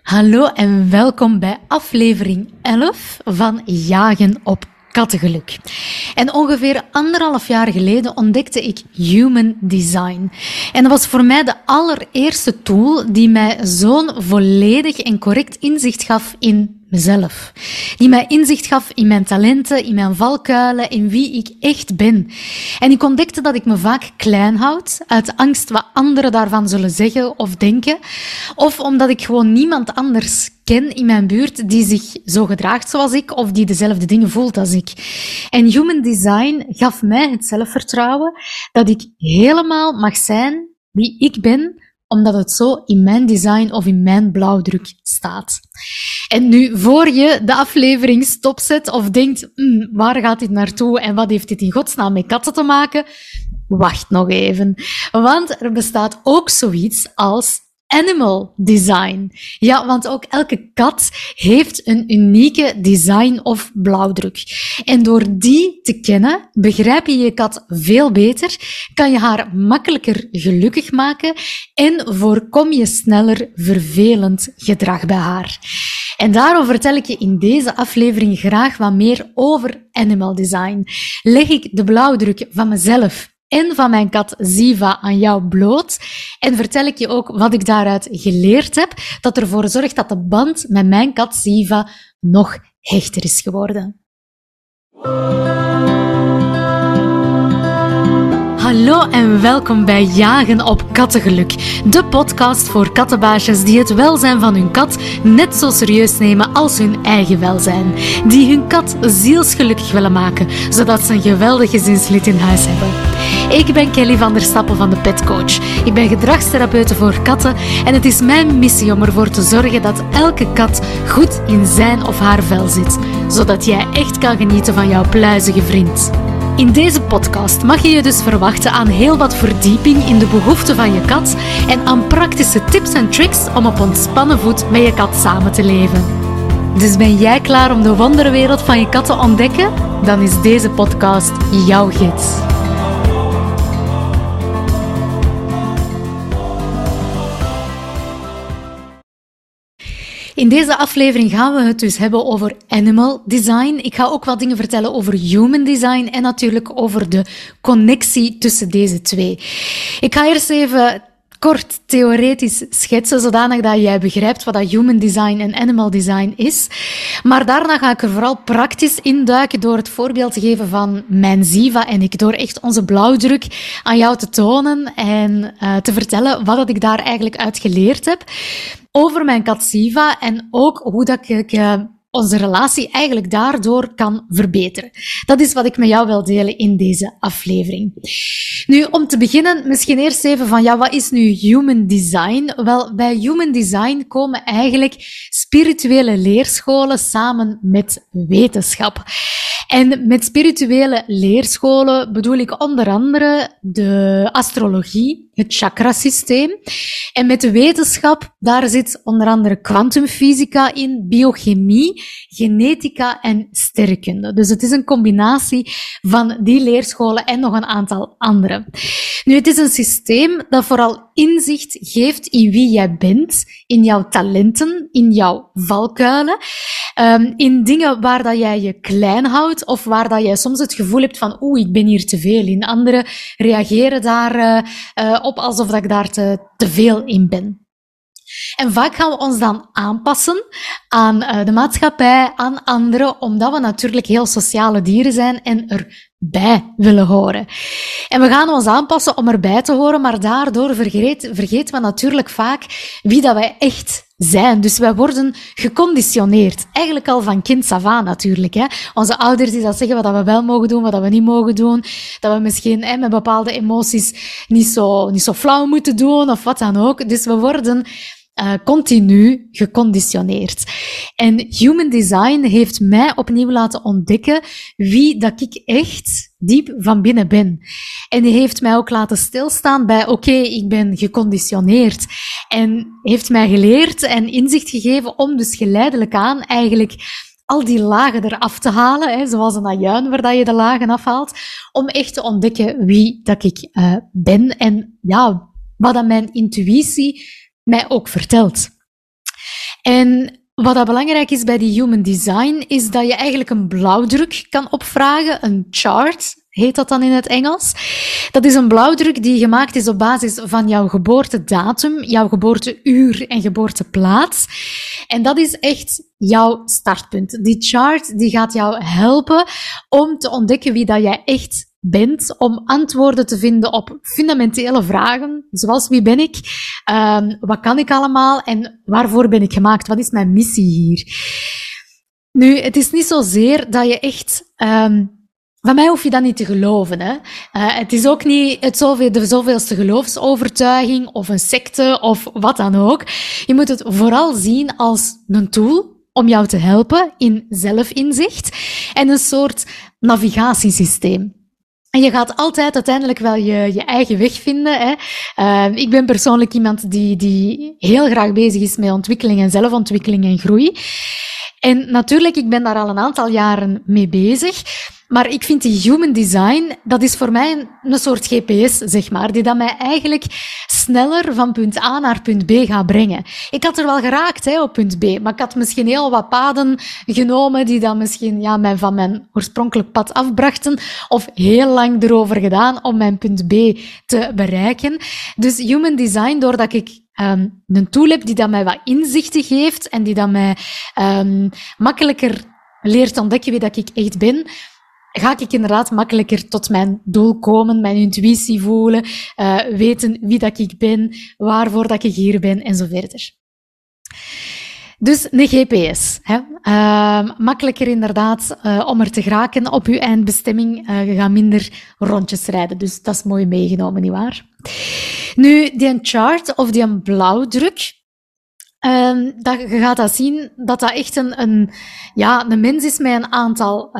Hallo en welkom bij aflevering 11 van Jagen op Kattengeluk. En ongeveer 1,5 jaar geleden ontdekte ik Human Design. En dat was voor mij de allereerste tool die mij zo'n volledig en correct inzicht gaf in mezelf. Die mij inzicht gaf in mijn talenten, in mijn valkuilen, in wie ik echt ben. En ik ontdekte dat ik me vaak klein houd, uit angst wat anderen daarvan zullen zeggen of denken, of omdat ik gewoon niemand anders ken in mijn buurt die zich zo gedraagt zoals ik, of die dezelfde dingen voelt als ik. En Human Design gaf mij het zelfvertrouwen dat ik helemaal mag zijn wie ik ben, omdat het zo in mijn design of in mijn blauwdruk staat. En nu, voor je de aflevering stopzet of denkt, waar gaat dit naartoe en wat heeft dit in godsnaam met katten te maken? Wacht nog even, want er bestaat ook zoiets als Animal Design. Ja, want ook elke kat heeft een unieke design of blauwdruk. En door die te kennen, begrijp je je kat veel beter, kan je haar makkelijker gelukkig maken en voorkom je sneller vervelend gedrag bij haar. En daarom vertel ik je in deze aflevering graag wat meer over Animal Design. Leg ik de blauwdruk van mezelf en van mijn kat Ziva aan jou bloot. En vertel ik je ook wat ik daaruit geleerd heb, dat ervoor zorgt dat de band met mijn kat Ziva nog hechter is geworden. Hallo en welkom bij Jagen op Kattengeluk, de podcast voor kattenbaasjes die het welzijn van hun kat net zo serieus nemen als hun eigen welzijn. Die hun kat zielsgelukkig willen maken, zodat ze een geweldig gezinslid in huis hebben. Ik ben Kelly van der Stappen van de Pet Coach. Ik ben gedragstherapeute voor katten en het is mijn missie om ervoor te zorgen dat elke kat goed in zijn of haar vel zit, zodat jij echt kan genieten van jouw pluizige vriend. In deze podcast mag je je dus verwachten aan heel wat verdieping in de behoeften van je kat en aan praktische tips en tricks om op ontspannen voet met je kat samen te leven. Dus ben jij klaar om de wonderwereld van je kat te ontdekken? Dan is deze podcast jouw gids. In deze aflevering gaan we het dus hebben over Animal Design. Ik ga ook wat dingen vertellen over Human Design en natuurlijk over de connectie tussen deze twee. Ik ga eerst even kort theoretisch schetsen, zodanig dat jij begrijpt wat dat Human Design en Animal Design is. Maar daarna ga ik er vooral praktisch induiken door het voorbeeld te geven van mijn Ziva en ik, door echt onze blauwdruk aan jou te tonen en te vertellen wat ik daar eigenlijk uit geleerd heb over mijn kat Ziva en ook hoe dat ik onze relatie eigenlijk daardoor kan verbeteren. Dat is wat ik met jou wil delen in deze aflevering. Nu, om te beginnen, misschien eerst even van, ja, wat is nu Human Design? Wel, bij Human Design komen eigenlijk spirituele leerscholen samen met wetenschap. En met spirituele leerscholen bedoel ik onder andere de astrologie, het chakrasysteem. En met de wetenschap, daar zit onder andere kwantumfysica in, biochemie, genetica en sterrenkunde. Dus het is een combinatie van die leerscholen en nog een aantal andere. Nu, het is een systeem dat vooral inzicht geeft in wie jij bent, in jouw talenten, in jouw valkuilen, in dingen waar dat jij je klein houdt of waar dat jij soms het gevoel hebt van ik ben hier te veel in. Anderen reageren daar op alsof dat ik daar te veel in ben. En vaak gaan we ons dan aanpassen aan de maatschappij, aan anderen, omdat we natuurlijk heel sociale dieren zijn en erbij willen horen. En we gaan ons aanpassen om erbij te horen, maar daardoor vergeten we natuurlijk vaak wie dat wij echt zijn. Dus wij worden geconditioneerd. Eigenlijk al van kinds af aan natuurlijk. Hè. Onze ouders die dat zeggen wat we wel mogen doen, wat we niet mogen doen. Dat we misschien met bepaalde emoties niet zo flauw moeten doen of wat dan ook. Dus we worden continu geconditioneerd. En Human Design heeft mij opnieuw laten ontdekken wie dat ik echt diep van binnen ben. En die heeft mij ook laten stilstaan bij ik ben geconditioneerd. En heeft mij geleerd en inzicht gegeven om dus geleidelijk aan eigenlijk al die lagen eraf te halen, zoals een ajuin waar dat je de lagen afhaalt, om echt te ontdekken wie dat ik ben en ja, wat dat mijn intuïtie mij ook vertelt. En wat dat belangrijk is bij die human design, is dat je eigenlijk een blauwdruk kan opvragen, een chart heet dat dan in het Engels. Dat is een blauwdruk die gemaakt is op basis van jouw geboortedatum, jouw geboorteuur en geboorteplaats. En dat is echt jouw startpunt. Die chart die gaat jou helpen om te ontdekken wie dat jij echt bent, om antwoorden te vinden op fundamentele vragen, zoals wie ben ik, wat kan ik allemaal en waarvoor ben ik gemaakt, wat is mijn missie hier. Nu, het is niet zozeer dat je echt... Van mij hoef je dat niet te geloven. Hè? Het is ook niet de zoveelste geloofsovertuiging of een secte of wat dan ook. Je moet het vooral zien als een tool om jou te helpen in zelfinzicht en een soort navigatiesysteem. En je gaat altijd uiteindelijk wel je eigen weg vinden. Hè. Ik ben persoonlijk iemand die heel graag bezig is met ontwikkeling en zelfontwikkeling en groei. En natuurlijk, ik ben daar al een aantal jaren mee bezig. Maar ik vind die human design, dat is voor mij een soort GPS, zeg maar, die dat mij eigenlijk sneller van punt A naar punt B gaat brengen. Ik had er wel geraakt, hè, op punt B, maar ik had misschien heel wat paden genomen die dan misschien mij van mijn oorspronkelijk pad afbrachten, of heel lang erover gedaan om mijn punt B te bereiken. Dus human design, doordat ik een tool heb die dat mij wat inzichten geeft en die dat mij makkelijker leert ontdekken wie dat ik echt ben, ga ik inderdaad makkelijker tot mijn doel komen, mijn intuïtie voelen, weten wie dat ik ben, waarvoor dat ik hier ben en zo verder. Dus een GPS. Hè. Makkelijker inderdaad om er te geraken op uw eindbestemming. Je gaat minder rondjes rijden, dus dat is mooi meegenomen, nietwaar? Nu, die chart of die blauwdruk, je gaat dat zien dat dat echt een mens is met een aantal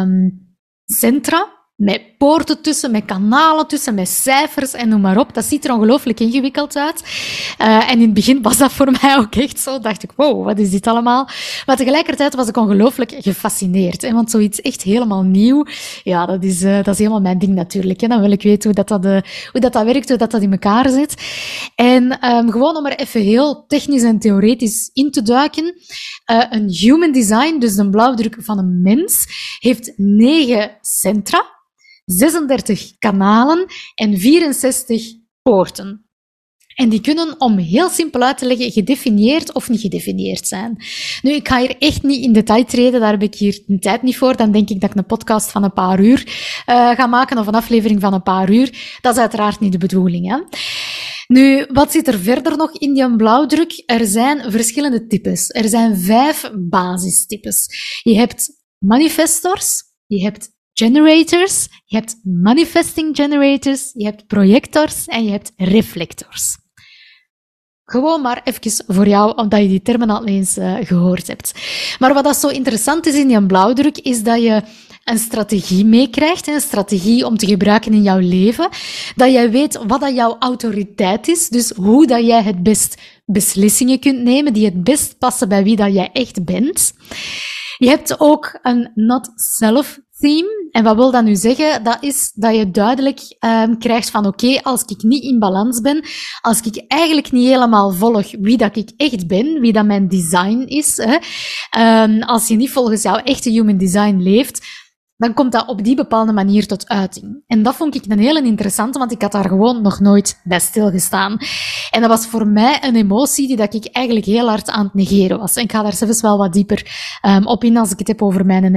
centra, met poorten tussen, met kanalen tussen, met cijfers en noem maar op. Dat ziet er ongelooflijk ingewikkeld uit. En in het begin was dat voor mij ook echt zo. Dacht ik, wow, wat is dit allemaal? Maar tegelijkertijd was ik ongelooflijk gefascineerd. Hè? Want zoiets echt helemaal nieuw, ja, dat is helemaal mijn ding natuurlijk. Hè? Dan wil ik weten hoe dat werkt, hoe dat in elkaar zit. En gewoon om er even heel technisch en theoretisch in te duiken. Een human design, dus de blauwdruk van een mens, heeft 9 centra, 36 kanalen en 64 poorten. En die kunnen, om heel simpel uit te leggen, gedefinieerd of niet gedefinieerd zijn. Nu, ik ga hier echt niet in detail treden, daar heb ik hier de tijd niet voor. Dan denk ik dat ik een podcast van een paar uur ga maken, of een aflevering van een paar uur. Dat is uiteraard niet de bedoeling, hè. Nu, wat zit er verder nog in die blauwdruk? Er zijn verschillende types. Er zijn 5 basistypes. Je hebt manifestors, je hebt generators, je hebt manifesting generators, je hebt projectors en je hebt reflectors. Gewoon maar even voor jou, omdat je die termen al eens gehoord hebt. Maar wat dat zo interessant is in die blauwdruk, is dat je een strategie meekrijgt, een strategie om te gebruiken in jouw leven, dat jij weet wat dat jouw autoriteit is, dus hoe dat jij het best beslissingen kunt nemen die het best passen bij wie dat jij echt bent. Je hebt ook een not-self theme. En wat wil dat nu zeggen? Dat is dat je duidelijk krijgt van oké, als ik niet in balans ben, als ik eigenlijk niet helemaal volg wie dat ik echt ben, wie dat mijn design is, als je niet volgens jouw echte human design leeft, dan komt dat op die bepaalde manier tot uiting. En dat vond ik een hele interessante, want ik had daar gewoon nog nooit bij stilgestaan. En dat was voor mij een emotie die dat ik eigenlijk heel hard aan het negeren was. En ik ga daar zelfs wel wat dieper op in als ik het heb over mijn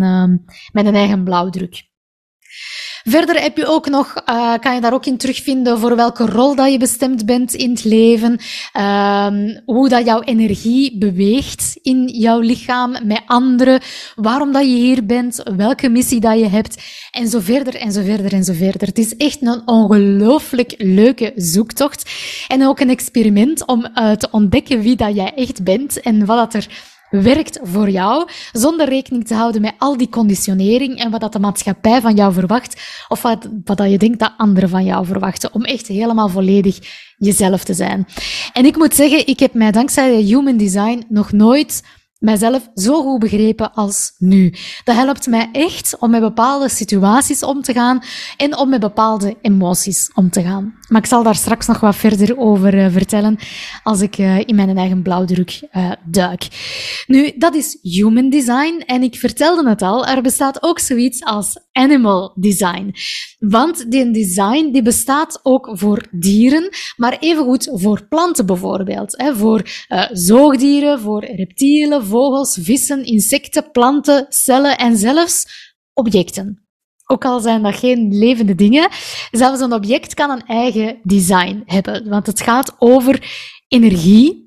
eigen blauwdruk. Verder heb je ook nog, kan je daar ook in terugvinden voor welke rol dat je bestemd bent in het leven, hoe dat jouw energie beweegt in jouw lichaam met anderen, waarom dat je hier bent, welke missie dat je hebt, en zo verder en zo verder en zo verder. Het is echt een ongelooflijk leuke zoektocht en ook een experiment om te ontdekken wie dat jij echt bent en wat dat er werkt voor jou, zonder rekening te houden met al die conditionering en wat dat de maatschappij van jou verwacht, of wat dat je denkt dat anderen van jou verwachten, om echt helemaal volledig jezelf te zijn. En ik moet zeggen, ik heb mij dankzij Human Design nog nooit mijzelf zo goed begrepen als nu. Dat helpt mij echt om met bepaalde situaties om te gaan en om met bepaalde emoties om te gaan. Maar ik zal daar straks nog wat verder over vertellen als ik in mijn eigen blauwdruk duik. Nu, dat is human design en ik vertelde het al, er bestaat ook zoiets als animal design. Want die design die bestaat ook voor dieren, maar evengoed voor planten bijvoorbeeld. Voor zoogdieren, voor reptielen, vogels, vissen, insecten, planten, cellen en zelfs objecten. Ook al zijn dat geen levende dingen, zelfs een object kan een eigen design hebben. Want het gaat over energie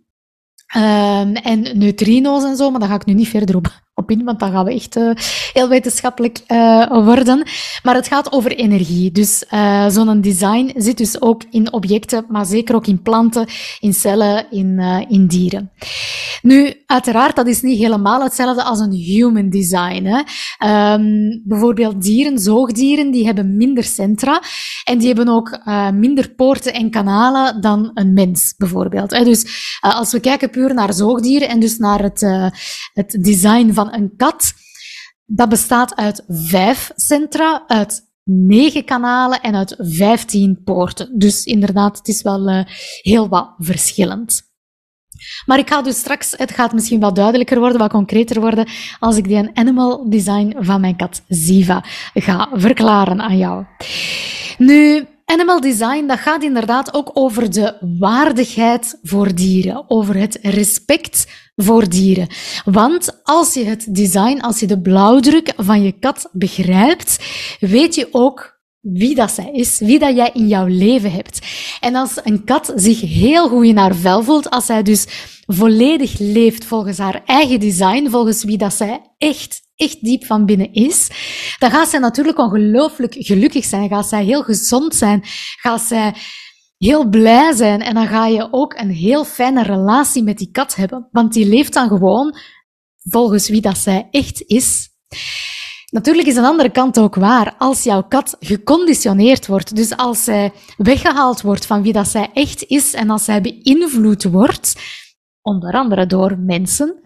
en neutrino's en zo, maar daar ga ik nu niet verder op in, want dan gaan we echt heel wetenschappelijk worden. Maar het gaat over energie. Dus zo'n design zit dus ook in objecten, maar zeker ook in planten, in cellen, in dieren. Nu, uiteraard, dat is niet helemaal hetzelfde als een human design. Hè. Bijvoorbeeld dieren, zoogdieren, die hebben minder centra en die hebben ook minder poorten en kanalen dan een mens, bijvoorbeeld. Hè. Dus als we kijken puur naar zoogdieren en dus naar het design van een kat, dat bestaat uit 5 centra, uit 9 kanalen en uit 15 poorten. Dus inderdaad, het is wel heel wat verschillend. Maar ik ga dus straks, het gaat misschien wat duidelijker worden, wat concreter worden, als ik die animal design van mijn kat Ziva ga verklaren aan jou. Nu, animal design, dat gaat inderdaad ook over de waardigheid voor dieren, over het respect voor dieren. Want als je het design, als je de blauwdruk van je kat begrijpt, weet je ook wie dat zij is, wie dat jij in jouw leven hebt. En als een kat zich heel goed in haar vel voelt, als zij dus volledig leeft volgens haar eigen design, volgens wie dat zij echt diep van binnen is, dan gaat zij natuurlijk ongelooflijk gelukkig zijn, gaat zij heel gezond zijn, gaat zij heel blij zijn en dan ga je ook een heel fijne relatie met die kat hebben, want die leeft dan gewoon volgens wie dat zij echt is. Natuurlijk is een andere kant ook waar. Als jouw kat geconditioneerd wordt, dus als zij weggehaald wordt van wie dat zij echt is en als zij beïnvloed wordt, onder andere door mensen,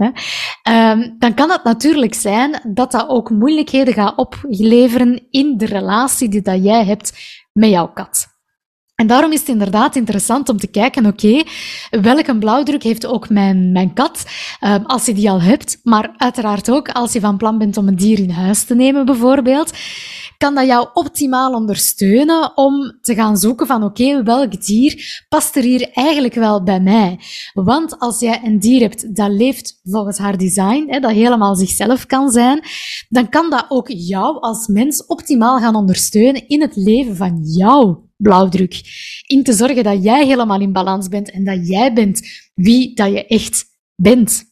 dan kan het natuurlijk zijn dat dat ook moeilijkheden gaat opleveren in de relatie die dat jij hebt met jouw kat. En daarom is het inderdaad interessant om te kijken, oké, welke blauwdruk heeft ook mijn kat, als je die al hebt, maar uiteraard ook als je van plan bent om een dier in huis te nemen bijvoorbeeld, kan dat jou optimaal ondersteunen om te gaan zoeken van oké, welk dier past er hier eigenlijk wel bij mij? Want als jij een dier hebt dat leeft volgens haar design, dat helemaal zichzelf kan zijn, dan kan dat ook jou als mens optimaal gaan ondersteunen in het leven van jouw blauwdruk. In te zorgen dat jij helemaal in balans bent en dat jij bent wie dat je echt bent.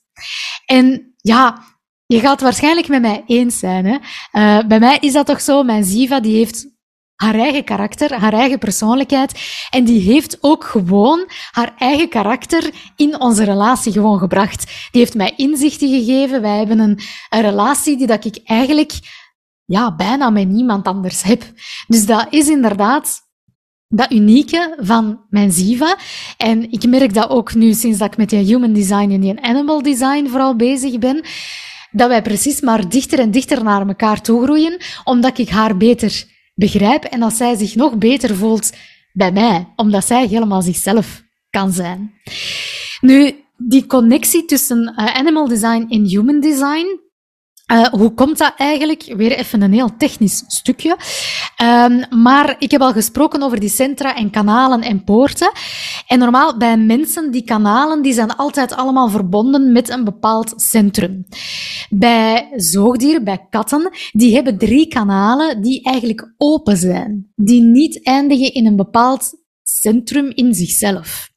En ja, je gaat het waarschijnlijk met mij eens zijn. Hè? Bij mij is dat toch zo. Mijn Ziva die heeft haar eigen karakter, haar eigen persoonlijkheid. En die heeft ook gewoon haar eigen karakter in onze relatie gewoon gebracht. Die heeft mij inzichten gegeven. Wij hebben een relatie die dat ik eigenlijk bijna met niemand anders heb. Dus dat is inderdaad dat unieke van mijn Ziva. En ik merk dat ook nu, sinds dat ik met die human design en die animal design vooral bezig ben, dat wij precies maar dichter en dichter naar elkaar toe groeien, omdat ik haar beter begrijp en dat zij zich nog beter voelt bij mij, omdat zij helemaal zichzelf kan zijn. Nu, die connectie tussen animal design en human design, hoe komt dat eigenlijk? Weer even een heel technisch stukje. Maar ik heb al gesproken over die centra en kanalen en poorten. En normaal bij mensen, die kanalen, die zijn altijd allemaal verbonden met een bepaald centrum. Bij zoogdieren, bij katten, die hebben 3 kanalen die eigenlijk open zijn. Die niet eindigen in een bepaald centrum in zichzelf.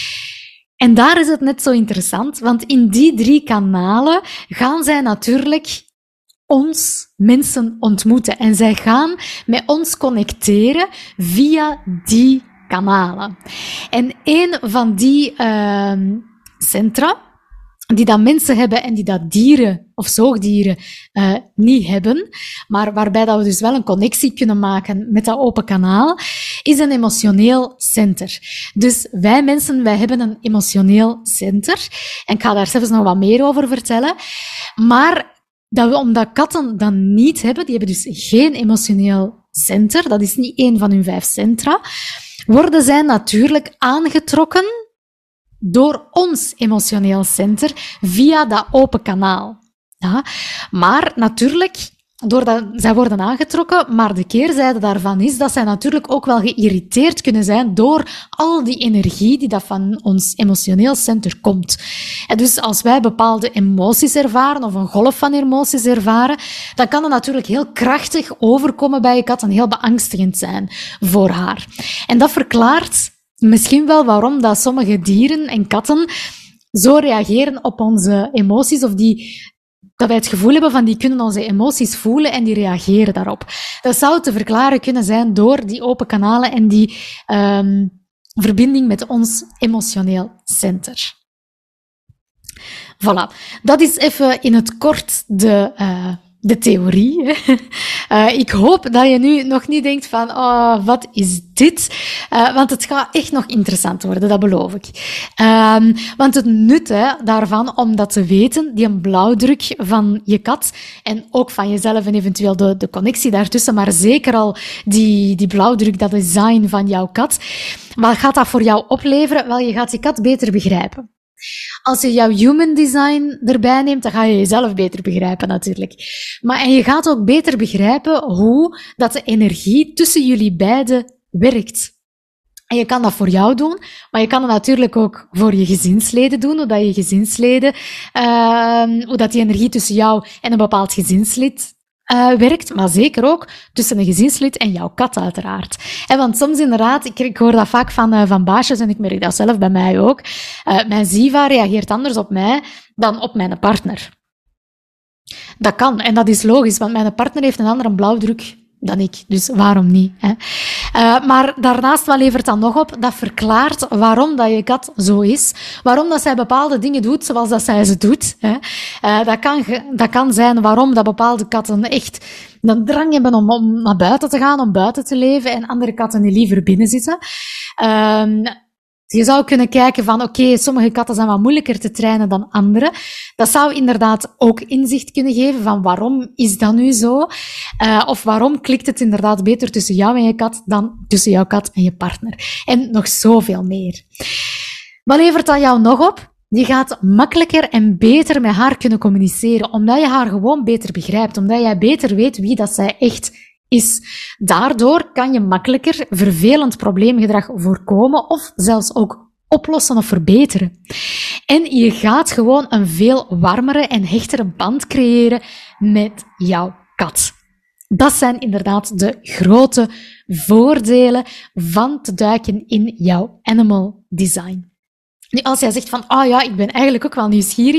En daar is het net zo interessant, want in die 3 kanalen gaan zij natuurlijk ons mensen ontmoeten. En zij gaan met ons connecteren via die kanalen. En een van die centra, die dat mensen hebben en die dat dieren of zoogdieren niet hebben, maar waarbij dat we dus wel een connectie kunnen maken met dat open kanaal, is een emotioneel center. Dus wij mensen, wij hebben een emotioneel center. En ik ga daar zelfs nog wat meer over vertellen. Maar omdat katten dat niet hebben, die hebben dus geen emotioneel center, dat is niet één van hun 5 centra, worden zij natuurlijk aangetrokken door ons emotioneel center via dat open kanaal. Ja, maar natuurlijk, doordat zij worden aangetrokken, maar de keerzijde daarvan is dat zij natuurlijk ook wel geïrriteerd kunnen zijn door al die energie die dat van ons emotioneel center komt. En dus als wij bepaalde emoties ervaren of een golf van emoties ervaren, dan kan het natuurlijk heel krachtig overkomen bij je kat en heel beangstigend zijn voor haar. En dat verklaart misschien wel waarom dat sommige dieren en katten zo reageren op onze emoties, of dat wij het gevoel hebben van die kunnen onze emoties voelen en die reageren daarop. Dat zou te verklaren kunnen zijn door die open kanalen en die verbinding met ons emotioneel center. Voilà. Dat is even in het kort de theorie. Ik hoop dat je nu nog niet denkt van, oh, wat is dit? Want het gaat echt nog interessant worden, dat beloof ik. Want het nut daarvan, om dat te weten, die een blauwdruk van je kat en ook van jezelf en eventueel de connectie daartussen, maar zeker al die blauwdruk, dat design van jouw kat, wat gaat dat voor jou opleveren? Wel, je gaat je kat beter begrijpen. Als je jouw human design erbij neemt, dan ga je jezelf beter begrijpen natuurlijk. En je gaat ook beter begrijpen hoe dat de energie tussen jullie beiden werkt. En je kan dat voor jou doen, maar je kan het natuurlijk ook voor je gezinsleden doen, hoe dat je gezinsleden, hoe dat die energie tussen jou en een bepaald gezinslid werkt, maar zeker ook tussen een gezinslid en jouw kat uiteraard. Want soms inderdaad, ik hoor dat vaak van baasjes en ik merk dat zelf bij mij ook, mijn Ziva reageert anders op mij dan op mijn partner. Dat kan, en dat is logisch, want mijn partner heeft een andere blauwdruk dan ik, dus waarom niet? Maar daarnaast, wat levert dat nog op? Dat verklaart waarom dat je kat zo is, waarom dat zij bepaalde dingen doet zoals dat zij ze doet. Dat kan zijn waarom dat bepaalde katten echt een drang hebben om naar buiten te gaan, om buiten te leven, en andere katten die liever binnen zitten. Je zou kunnen kijken van, oké, sommige katten zijn wat moeilijker te trainen dan andere. Dat zou inderdaad ook inzicht kunnen geven van waarom is dat nu zo? Of waarom klikt het inderdaad beter tussen jou en je kat dan tussen jouw kat en je partner? En nog zoveel meer. Wat levert dat jou nog op? Je gaat makkelijker en beter met haar kunnen communiceren, omdat je haar gewoon beter begrijpt, omdat jij beter weet wie dat zij echt is. Daardoor kan je makkelijker vervelend probleemgedrag voorkomen of zelfs ook oplossen of verbeteren. En je gaat gewoon een veel warmere en hechtere band creëren met jouw kat. Dat zijn inderdaad de grote voordelen van te duiken in jouw animal design. Nu, als jij zegt van, ja, ik ben eigenlijk ook wel nieuwsgierig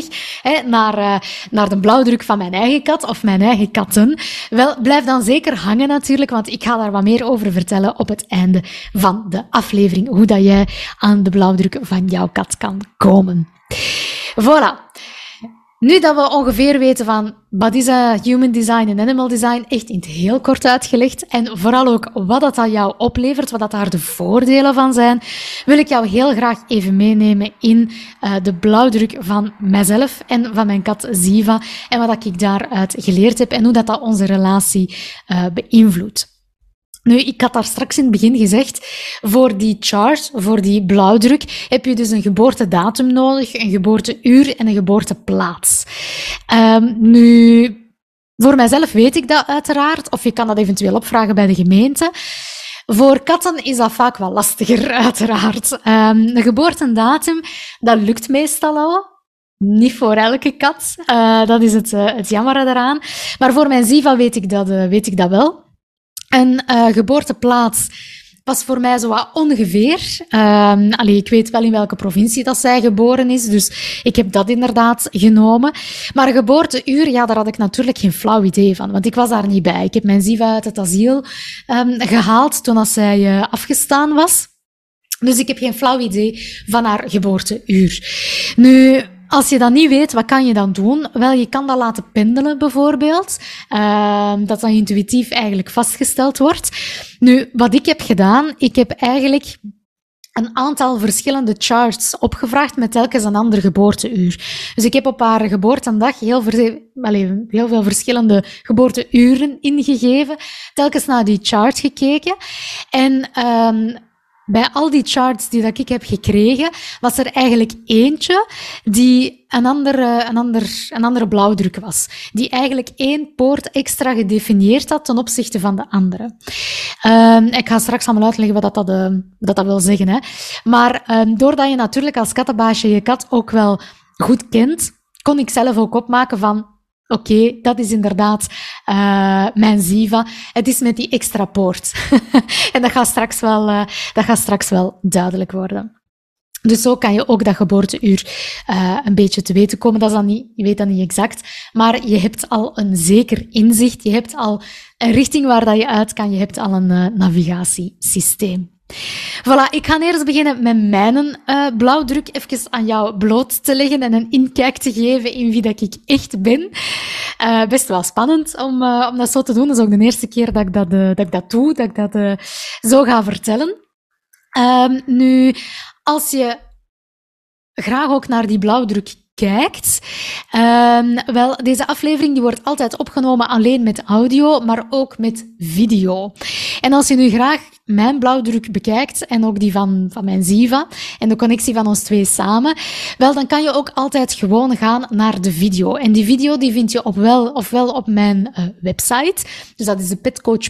naar de blauwdruk van mijn eigen kat of mijn eigen katten, wel, blijf dan zeker hangen natuurlijk, want ik ga daar wat meer over vertellen op het einde van de aflevering, hoe dat jij aan de blauwdruk van jouw kat kan komen. Voilà. Nu dat we ongeveer weten van wat is human design en animal design, echt in het heel kort uitgelegd, en vooral ook wat dat aan jou oplevert, wat dat daar de voordelen van zijn, wil ik jou heel graag even meenemen in de blauwdruk van mijzelf en van mijn kat Ziva en wat ik daaruit geleerd heb en hoe dat onze relatie beïnvloedt. Nu, ik had daar straks in het begin gezegd, voor die chart, voor die blauwdruk, heb je dus een geboortedatum nodig, een geboorteuur en een geboorteplaats. Nu, voor mijzelf weet ik dat uiteraard, of je kan dat eventueel opvragen bij de gemeente. Voor katten is dat vaak wel lastiger, uiteraard. Een geboortedatum, dat lukt meestal al. Niet voor elke kat. Dat is het jammere daaraan. Maar voor mijn Ziva weet ik dat wel. Een geboorteplaats was voor mij zo wat ongeveer. Ik weet wel in welke provincie dat zij geboren is, dus ik heb dat inderdaad genomen. Maar een geboorteuur, ja, daar had ik natuurlijk geen flauw idee van, want ik was daar niet bij. Ik heb mijn Ziva uit het asiel gehaald toen als zij afgestaan was. Dus ik heb geen flauw idee van haar geboorteuur. Nu, Als je dat niet weet, wat kan je dan doen? Wel, je kan dat laten pendelen, bijvoorbeeld. Dat dan intuïtief eigenlijk vastgesteld wordt. Nu, wat ik heb gedaan, ik heb eigenlijk een aantal verschillende charts opgevraagd met telkens een ander geboorteuur. Dus ik heb op haar geboortedag heel veel verschillende geboorteuren ingegeven, telkens naar die chart gekeken. En bij al die charts die dat ik heb gekregen, was er eigenlijk eentje die een andere blauwdruk was. Die eigenlijk 1 poort extra gedefinieerd had ten opzichte van de andere. Ik ga straks allemaal uitleggen wat dat wil zeggen. Hè. Maar doordat je natuurlijk als kattenbaasje je kat ook wel goed kent, kon ik zelf ook opmaken van oké, dat is inderdaad mijn Ziva. Het is met die extra poort. En dat gaat straks wel duidelijk worden. Dus zo kan je ook dat geboorteuur een beetje te weten komen. Dat is dan niet, je weet dat niet exact, maar je hebt al een zeker inzicht. Je hebt al een richting waar dat je uit kan. Je hebt al een navigatiesysteem. Voilà, ik ga eerst beginnen met mijn blauwdruk even aan jou bloot te leggen en een inkijk te geven in wie dat ik echt ben. Best wel spannend om dat zo te doen. Dat is ook de eerste keer dat ik dat doe, dat ik dat zo ga vertellen. Nu, als je graag ook naar die blauwdruk kijkt, wel, deze aflevering die wordt altijd opgenomen alleen met audio, maar ook met video. En als je nu graag mijn blauwdruk bekijkt en ook die van mijn Ziva en de connectie van ons twee samen, wel, dan kan je ook altijd gewoon gaan naar de video. En die video die vind je ofwel op mijn website, dus dat is de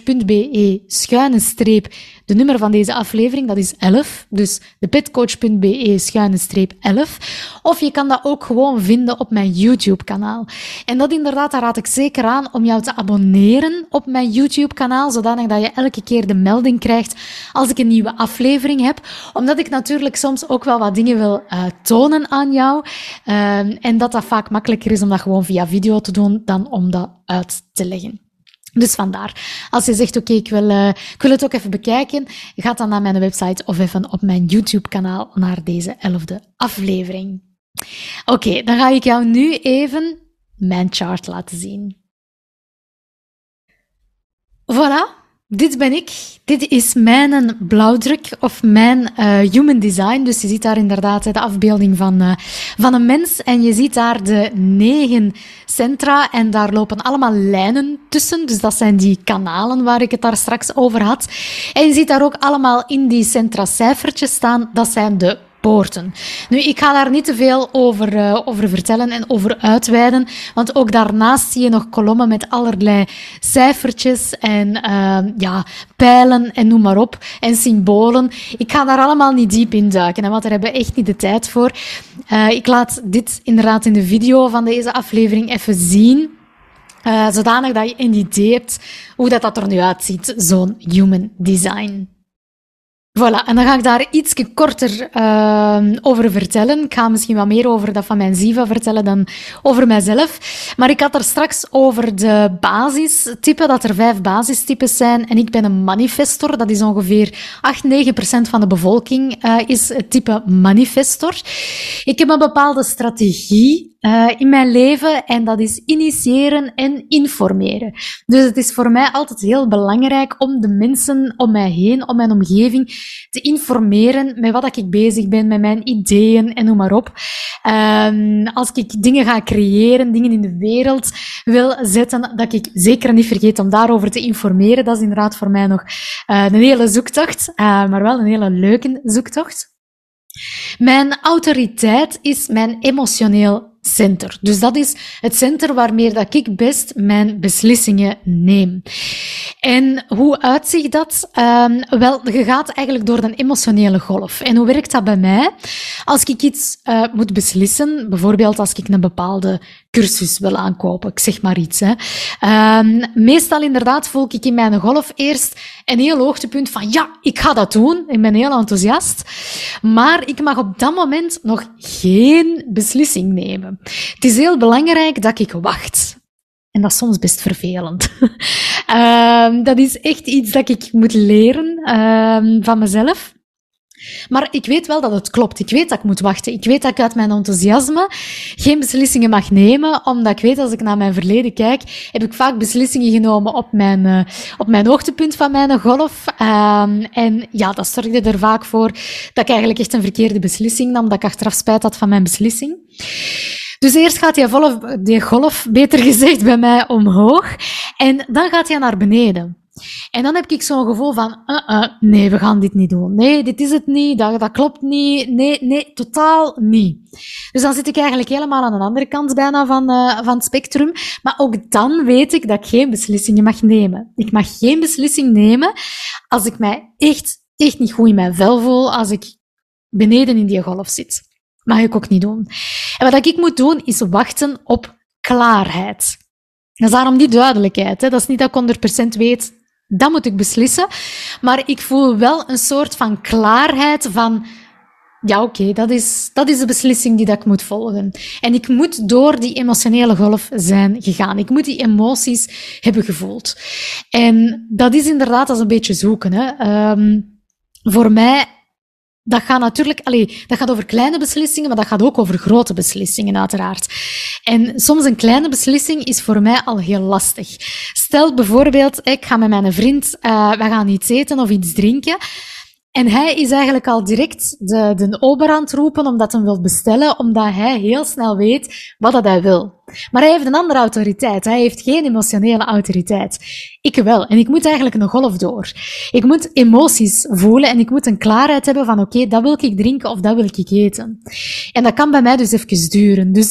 petcoach.be/ de nummer van deze aflevering, dat is 11, dus de petcoach.be/11. Of je kan dat ook gewoon vinden op mijn YouTube-kanaal. En dat inderdaad, daar raad ik zeker aan om jou te abonneren op mijn YouTube-kanaal, zodanig dat je elke keer de melding krijgt als ik een nieuwe aflevering heb. Omdat ik natuurlijk soms ook wel wat dingen wil tonen aan jou. En dat vaak makkelijker is om dat gewoon via video te doen dan om dat uit te leggen. Dus vandaar, als je zegt, oké, ik wil het ook even bekijken, ga dan naar mijn website of even op mijn YouTube-kanaal naar deze 11e aflevering. Oké, dan ga ik jou nu even mijn chart laten zien. Voilà, dit ben ik. Dit is mijn blauwdruk of mijn human design. Dus je ziet daar inderdaad de afbeelding van een mens en je ziet daar de 9 centra en daar lopen allemaal lijnen tussen. Dus dat zijn die kanalen waar ik het daar straks over had. En je ziet daar ook allemaal in die centra cijfertjes staan. Dat zijn de poorten. Nu, ik ga daar niet te veel over vertellen en over uitweiden, want ook daarnaast zie je nog kolommen met allerlei cijfertjes en pijlen en noem maar op, en symbolen. Ik ga daar allemaal niet diep in duiken, want daar hebben we echt niet de tijd voor. Ik laat dit inderdaad in de video van deze aflevering even zien, zodanig dat je een idee hebt hoe dat er nu uitziet, zo'n human design. Voilà, en dan ga ik daar iets korter over vertellen. Ik ga misschien wat meer over dat van mijn Ziva vertellen dan over mijzelf. Maar ik had er straks over de basistypen, dat er 5 basistypes zijn. En ik ben een manifestor. Dat is ongeveer 8-9% van de bevolking is het type manifestor. Ik heb een bepaalde strategie in mijn leven en dat is initiëren en informeren. Dus het is voor mij altijd heel belangrijk om de mensen om mij heen, om mijn omgeving, te informeren met wat ik bezig ben, met mijn ideeën en noem maar op. Als ik dingen ga creëren, dingen in de wereld wil zetten, dat ik zeker niet vergeet om daarover te informeren. Dat is inderdaad voor mij nog een hele zoektocht, maar wel een hele leuke zoektocht. Mijn autoriteit is mijn emotioneel center. Dus dat is het center waarmee dat ik best mijn beslissingen neem. En hoe uitziet dat? Wel, je gaat eigenlijk door een emotionele golf. En hoe werkt dat bij mij? Als ik iets moet beslissen, bijvoorbeeld als ik een bepaalde cursus wil aankopen, ik zeg maar iets. Meestal inderdaad voel ik in mijn golf eerst een heel hoogtepunt van ja, ik ga dat doen. Ik ben heel enthousiast. Maar ik mag op dat moment nog geen beslissing nemen. Het is heel belangrijk dat ik wacht. En dat is soms best vervelend. Dat is echt iets dat ik moet leren van mezelf. Maar ik weet wel dat het klopt. Ik weet dat ik moet wachten. Ik weet dat ik uit mijn enthousiasme geen beslissingen mag nemen, omdat ik weet, als ik naar mijn verleden kijk, heb ik vaak beslissingen genomen op mijn hoogtepunt van mijn golf. En ja, dat zorgde er vaak voor dat ik eigenlijk echt een verkeerde beslissing nam, dat ik achteraf spijt had van mijn beslissing. Dus eerst gaat die golf, beter gezegd, bij mij omhoog. En dan gaat hij naar beneden. En dan heb ik zo'n gevoel van, nee, we gaan dit niet doen. Nee, dit is het niet, dat klopt niet. Nee, totaal niet. Dus dan zit ik eigenlijk helemaal aan de andere kant bijna van het spectrum. Maar ook dan weet ik dat ik geen beslissingen mag nemen. Ik mag geen beslissing nemen als ik mij echt niet goed in mijn vel voel, als ik beneden in die golf zit. Mag ik ook niet doen. En wat ik moet doen, is wachten op klaarheid. Dat is daarom die duidelijkheid. Hè. Dat is niet dat ik 100% weet, dat moet ik beslissen. Maar ik voel wel een soort van klaarheid van, ja, oké, dat is de beslissing die ik moet volgen. En ik moet door die emotionele golf zijn gegaan. Ik moet die emoties hebben gevoeld. En dat is inderdaad als een beetje zoeken. Hè. Voor mij, dat gaat natuurlijk, dat gaat over kleine beslissingen, maar dat gaat ook over grote beslissingen, uiteraard. En soms een kleine beslissing is voor mij al heel lastig. Stel bijvoorbeeld, ik ga met mijn vriend, we gaan iets eten of iets drinken. En hij is eigenlijk al direct de ober aan het roepen omdat hij wil bestellen, omdat hij heel snel weet wat dat hij wil. Maar hij heeft een andere autoriteit. Hij heeft geen emotionele autoriteit. Ik wel. En ik moet eigenlijk een golf door. Ik moet emoties voelen en ik moet een klaarheid hebben van oké, dat wil ik drinken of dat wil ik eten. En dat kan bij mij dus even duren. Dus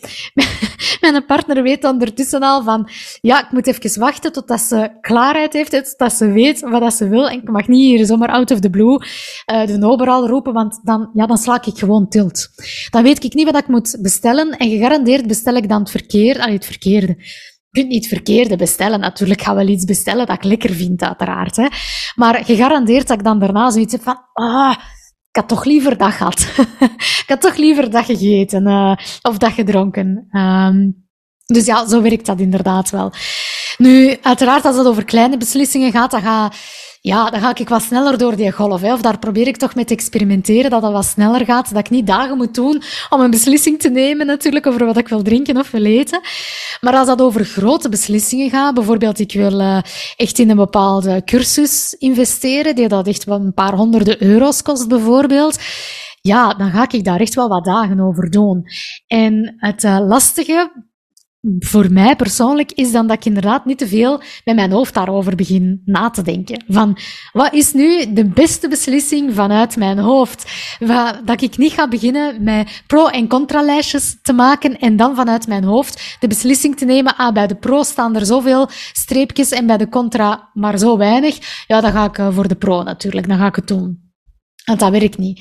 mijn partner weet ondertussen al van ja, ik moet even wachten totdat ze klaarheid heeft, totdat ze weet wat dat ze wil. En ik mag niet hier zomaar out of the blue de overal roepen, want dan sla ik gewoon tilt. Dan weet ik niet wat ik moet bestellen en gegarandeerd bestel ik dan het verkeerde. Je kunt niet het verkeerde bestellen. Natuurlijk ga wel iets bestellen dat ik lekker vind, uiteraard. Hè. Maar gegarandeerd dat ik dan daarna zoiets heb van, ik had toch liever dat gehad. Ik had toch liever dat gegeten, of dat gedronken. Dus ja, zo werkt dat inderdaad wel. Nu, uiteraard, als het over kleine beslissingen gaat, dan ga ik wat sneller door die golf. Hè. Of daar probeer ik toch mee te experimenteren, dat wat sneller gaat. Dat ik niet dagen moet doen om een beslissing te nemen, natuurlijk, over wat ik wil drinken of wil eten. Maar als dat over grote beslissingen gaat, bijvoorbeeld ik wil echt in een bepaalde cursus investeren, die dat echt wel een paar honderden euro's kost, bijvoorbeeld. Ja, dan ga ik daar echt wel wat dagen over doen. En het lastige voor mij persoonlijk is dan dat ik inderdaad niet te veel met mijn hoofd daarover begin na te denken. Van, wat is nu de beste beslissing vanuit mijn hoofd? Dat ik niet ga beginnen met pro- en contra-lijstjes te maken en dan vanuit mijn hoofd de beslissing te nemen, bij de pro staan er zoveel streepjes en bij de contra maar zo weinig. Ja, dan ga ik voor de pro natuurlijk, dan ga ik het doen. Want dat werkt niet.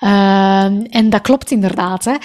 En dat klopt inderdaad, hè.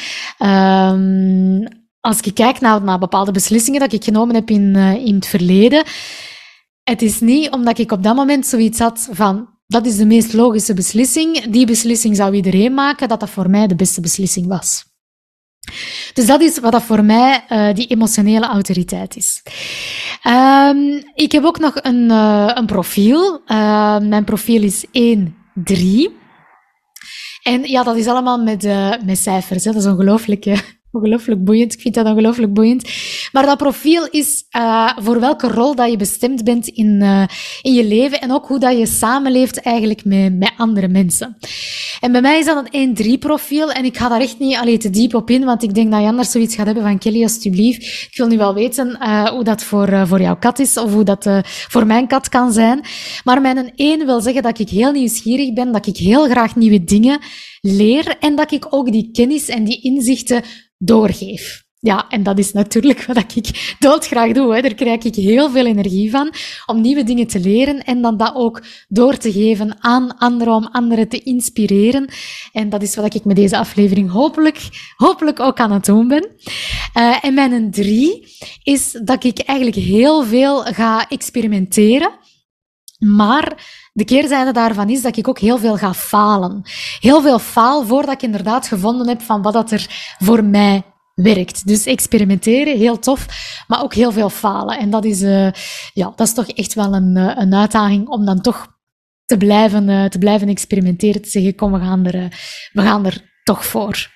Als ik kijk naar bepaalde beslissingen dat ik genomen heb in het verleden, het is niet omdat ik op dat moment zoiets had van, dat is de meest logische beslissing, die beslissing zou iedereen maken, dat voor mij de beste beslissing was. Dus dat is wat dat voor mij die emotionele autoriteit is. Ik heb ook nog een profiel. Mijn profiel is 1-3. En ja, dat is allemaal met cijfers. Hè. Dat is ongelooflijk boeiend. Ik vind dat ongelooflijk boeiend. Maar dat profiel is voor welke rol dat je bestemd bent in je leven en ook hoe dat je samenleeft eigenlijk met andere mensen. En bij mij is dat een 1-3 profiel en ik ga daar echt niet te diep op in, want ik denk dat je anders zoiets gaat hebben van Kelly, alsjeblieft. Ik wil nu wel weten hoe dat voor jouw kat is of hoe dat voor mijn kat kan zijn. Maar mijn 1 wil zeggen dat ik heel nieuwsgierig ben, dat ik heel graag nieuwe dingen leer en dat ik ook die kennis en die inzichten doorgeef. Ja, en dat is natuurlijk wat ik doodgraag doe. Hè. Daar krijg ik heel veel energie van, om nieuwe dingen te leren en dan dat ook door te geven aan anderen, om anderen te inspireren. En dat is wat ik met deze aflevering hopelijk ook aan het doen ben. En mijn 3 is dat ik eigenlijk heel veel ga experimenteren, maar de keerzijde daarvan is dat ik ook heel veel ga falen. Heel veel faal voordat ik inderdaad gevonden heb van wat dat er voor mij werkt. Dus experimenteren, heel tof, maar ook heel veel falen. En dat is toch echt wel een uitdaging om dan toch te blijven experimenteren, te zeggen, kom, we gaan er toch voor.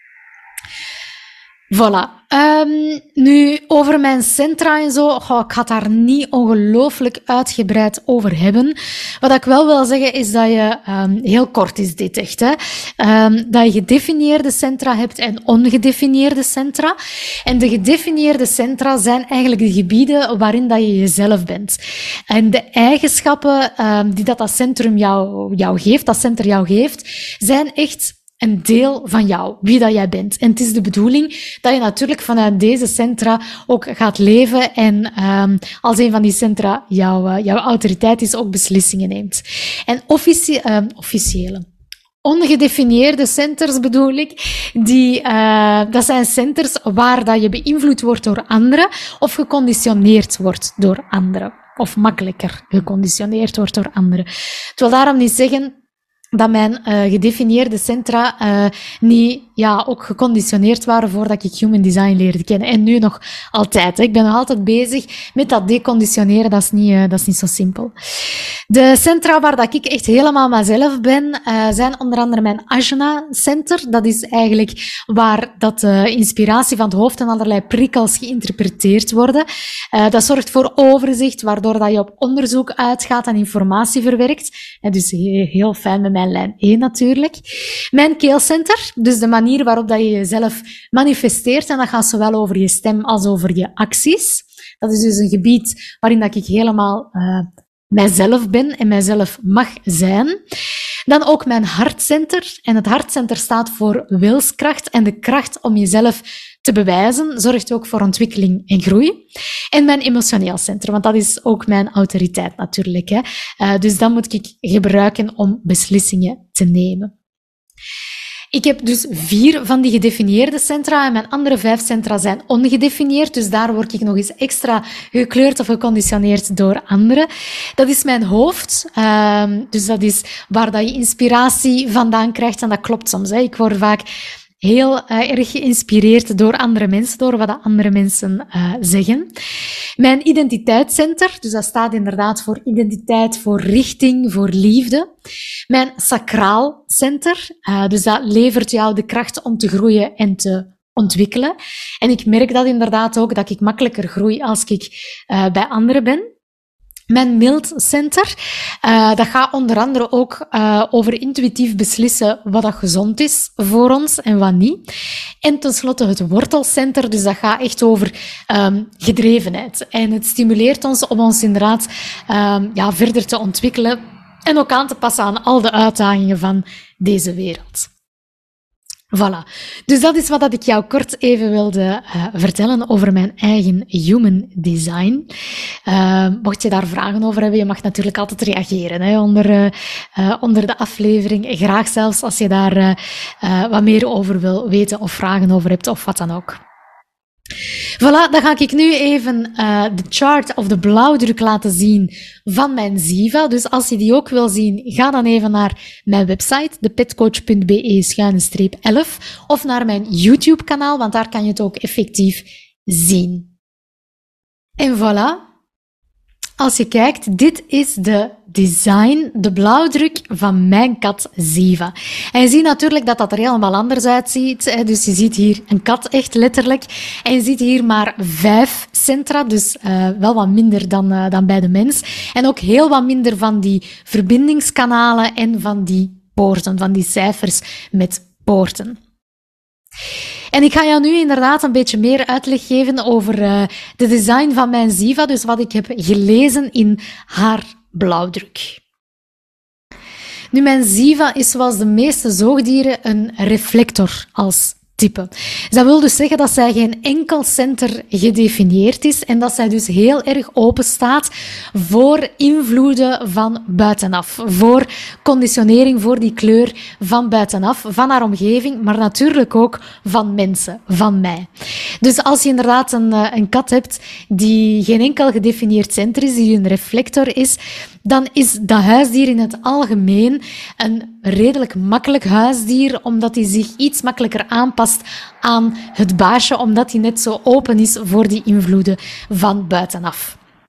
Voilà. Nu, over mijn centra en zo, ik ga het daar niet ongelooflijk uitgebreid over hebben. Wat ik wel wil zeggen is dat je, heel kort is dit echt, hè, dat je gedefinieerde centra hebt en ongedefinieerde centra. En de gedefinieerde centra zijn eigenlijk de gebieden waarin dat je jezelf bent. En de eigenschappen die dat centrum jou geeft, dat center jou geeft, zijn echt een deel van jou, wie dat jij bent. En het is de bedoeling dat je natuurlijk vanuit deze centra ook gaat leven en als een van die centra jouw autoriteit is, ook beslissingen neemt. En officiële. Ongedefinieerde centers bedoel ik, dat zijn centers waar dat je beïnvloed wordt door anderen of geconditioneerd wordt door anderen. Of makkelijker geconditioneerd wordt door anderen. Het wil daarom niet zeggen dat mijn gedefinieerde centra niet ook geconditioneerd waren voordat ik human design leerde kennen. En nu nog altijd. Hè. Ik ben nog altijd bezig met dat deconditioneren. Dat is niet zo simpel. De centra waar dat ik echt helemaal mezelf ben, zijn onder andere mijn Ajna Center. Dat is eigenlijk waar dat inspiratie van het hoofd en allerlei prikkels geïnterpreteerd worden. Dat zorgt voor overzicht, waardoor dat je op onderzoek uitgaat en informatie verwerkt. En dus heel fijn met mijn lijn 1 natuurlijk. Mijn keelcenter, dus de manier waarop dat je jezelf manifesteert. En dat gaat zowel over je stem als over je acties. Dat is dus een gebied waarin dat ik helemaal mijzelf ben en mijzelf mag zijn. Dan ook mijn hartcenter. En het hartcenter staat voor wilskracht en de kracht om jezelf te bewijzen, zorgt ook voor ontwikkeling en groei. En mijn emotioneel center, want dat is ook mijn autoriteit natuurlijk. Hè. Dus dat moet ik gebruiken om beslissingen te nemen. Ik heb dus 4 van die gedefinieerde centra en mijn andere 5 centra zijn ongedefinieerd. Dus daar word ik nog eens extra gekleurd of geconditioneerd door anderen. Dat is mijn hoofd. Dus dat is waar dat je inspiratie vandaan krijgt. En dat klopt soms. Hè. Ik word vaak heel erg geïnspireerd door andere mensen, door wat andere mensen zeggen. Mijn identiteitscenter, dus dat staat inderdaad voor identiteit, voor richting, voor liefde. Mijn sacraal center, dus dat levert jou de kracht om te groeien en te ontwikkelen. En ik merk dat inderdaad ook, dat ik makkelijker groei als ik bij anderen ben. Mijn mild center, dat gaat onder andere ook over intuïtief beslissen wat dat gezond is voor ons en wat niet. En tenslotte het wortelcenter, dus dat gaat echt over gedrevenheid. En het stimuleert ons om ons inderdaad verder te ontwikkelen en ook aan te passen aan al de uitdagingen van deze wereld. Voilà. Dus dat is wat ik jou kort even wilde vertellen over mijn eigen human design. Mocht je daar vragen over hebben, je mag natuurlijk altijd reageren hè, onder de aflevering. Graag zelfs als je daar wat meer over wil weten of vragen over hebt of wat dan ook. Voilà, dan ga ik nu even de chart of de blauwdruk laten zien van mijn Ziva. Dus als je die ook wil zien, ga dan even naar mijn website, depetcoach.be/11 of naar mijn YouTube-kanaal, want daar kan je het ook effectief zien. En voilà. Als je kijkt, dit is de design, de blauwdruk van mijn kat Ziva. En je ziet natuurlijk dat dat er helemaal anders uitziet. Hè? Dus je ziet hier een kat, echt letterlijk. En je ziet hier maar 5 centra, dus wel wat minder dan bij de mens. En ook heel wat minder van die verbindingskanalen en van die poorten, van die cijfers met poorten. En ik ga jou nu inderdaad een beetje meer uitleg geven over de design van mijn Ziva, dus wat ik heb gelezen in haar blauwdruk. Nu, mijn Ziva is zoals de meeste zoogdieren een reflector als type. Dus dat wil dus zeggen dat zij geen enkel center gedefinieerd is en dat zij dus heel erg open staat voor invloeden van buitenaf, voor conditionering, voor die kleur van buitenaf, van haar omgeving, maar natuurlijk ook van mensen, van mij. Dus als je inderdaad een kat hebt die geen enkel gedefinieerd center is, die een reflector is, dan is dat huisdier in het algemeen een redelijk makkelijk huisdier, omdat hij zich iets makkelijker aanpast aan het baasje, omdat hij net zo open is voor die invloeden van buitenaf.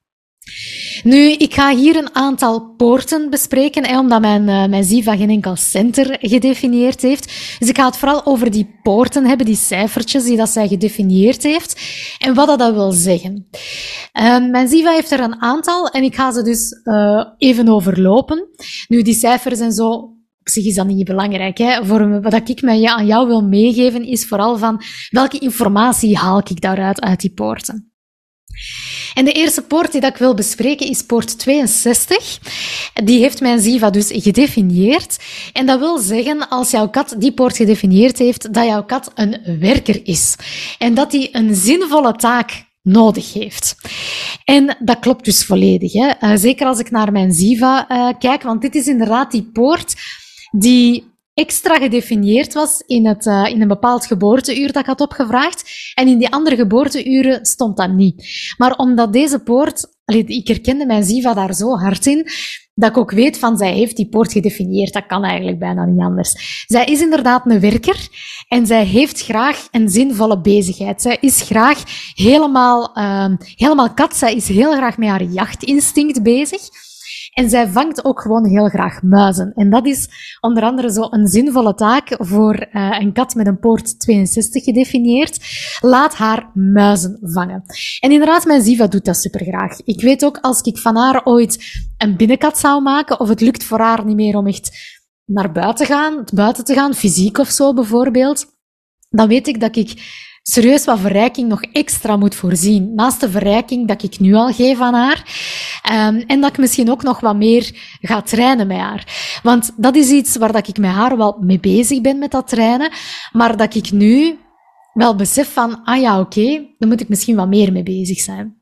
Nu, ik ga hier een aantal poorten bespreken, omdat mijn Ziva geen enkel center gedefinieerd heeft. Dus ik ga het vooral over die poorten hebben, die cijfertjes die dat zij gedefinieerd heeft, en wat dat wil zeggen. Mijn Ziva heeft er een aantal, en ik ga ze dus even overlopen. Nu, die cijfers en zo, op zich is dat niet belangrijk. Hè. Wat ik aan jou wil meegeven, is vooral van welke informatie haal ik daaruit uit die poorten. En de eerste poort die ik wil bespreken is poort 62. Die heeft mijn Ziva dus gedefinieerd. En dat wil zeggen, als jouw kat die poort gedefinieerd heeft, dat jouw kat een werker is. En dat hij een zinvolle taak nodig heeft. En dat klopt dus volledig. Hè. Zeker als ik naar mijn Ziva kijk, want dit is inderdaad die poort die extra gedefinieerd was in een bepaald geboorteuur dat ik had opgevraagd. En in die andere geboorteuren stond dat niet. Maar omdat deze poort, ik herkende mijn Ziva daar zo hard in, dat ik ook weet van, zij heeft die poort gedefinieerd. Dat kan eigenlijk bijna niet anders. Zij is inderdaad een werker en zij heeft graag een zinvolle bezigheid. Zij is graag helemaal kat. Zij is heel graag met haar jachtinstinct bezig. En zij vangt ook gewoon heel graag muizen. En dat is onder andere zo een zinvolle taak voor een kat met een poort 62 gedefinieerd. Laat haar muizen vangen. En inderdaad, mijn Ziva doet dat supergraag. Ik weet ook, als ik van haar ooit een binnenkat zou maken, of het lukt voor haar niet meer om echt naar buiten te gaan, fysiek of zo bijvoorbeeld, dan weet ik dat ik serieus wat verrijking nog extra moet voorzien. Naast de verrijking dat ik nu al geef aan haar. En dat ik misschien ook nog wat meer ga trainen met haar. Want dat is iets waar dat ik met haar wel mee bezig ben met dat trainen. Maar dat ik nu wel besef van, oké, daar moet ik misschien wat meer mee bezig zijn.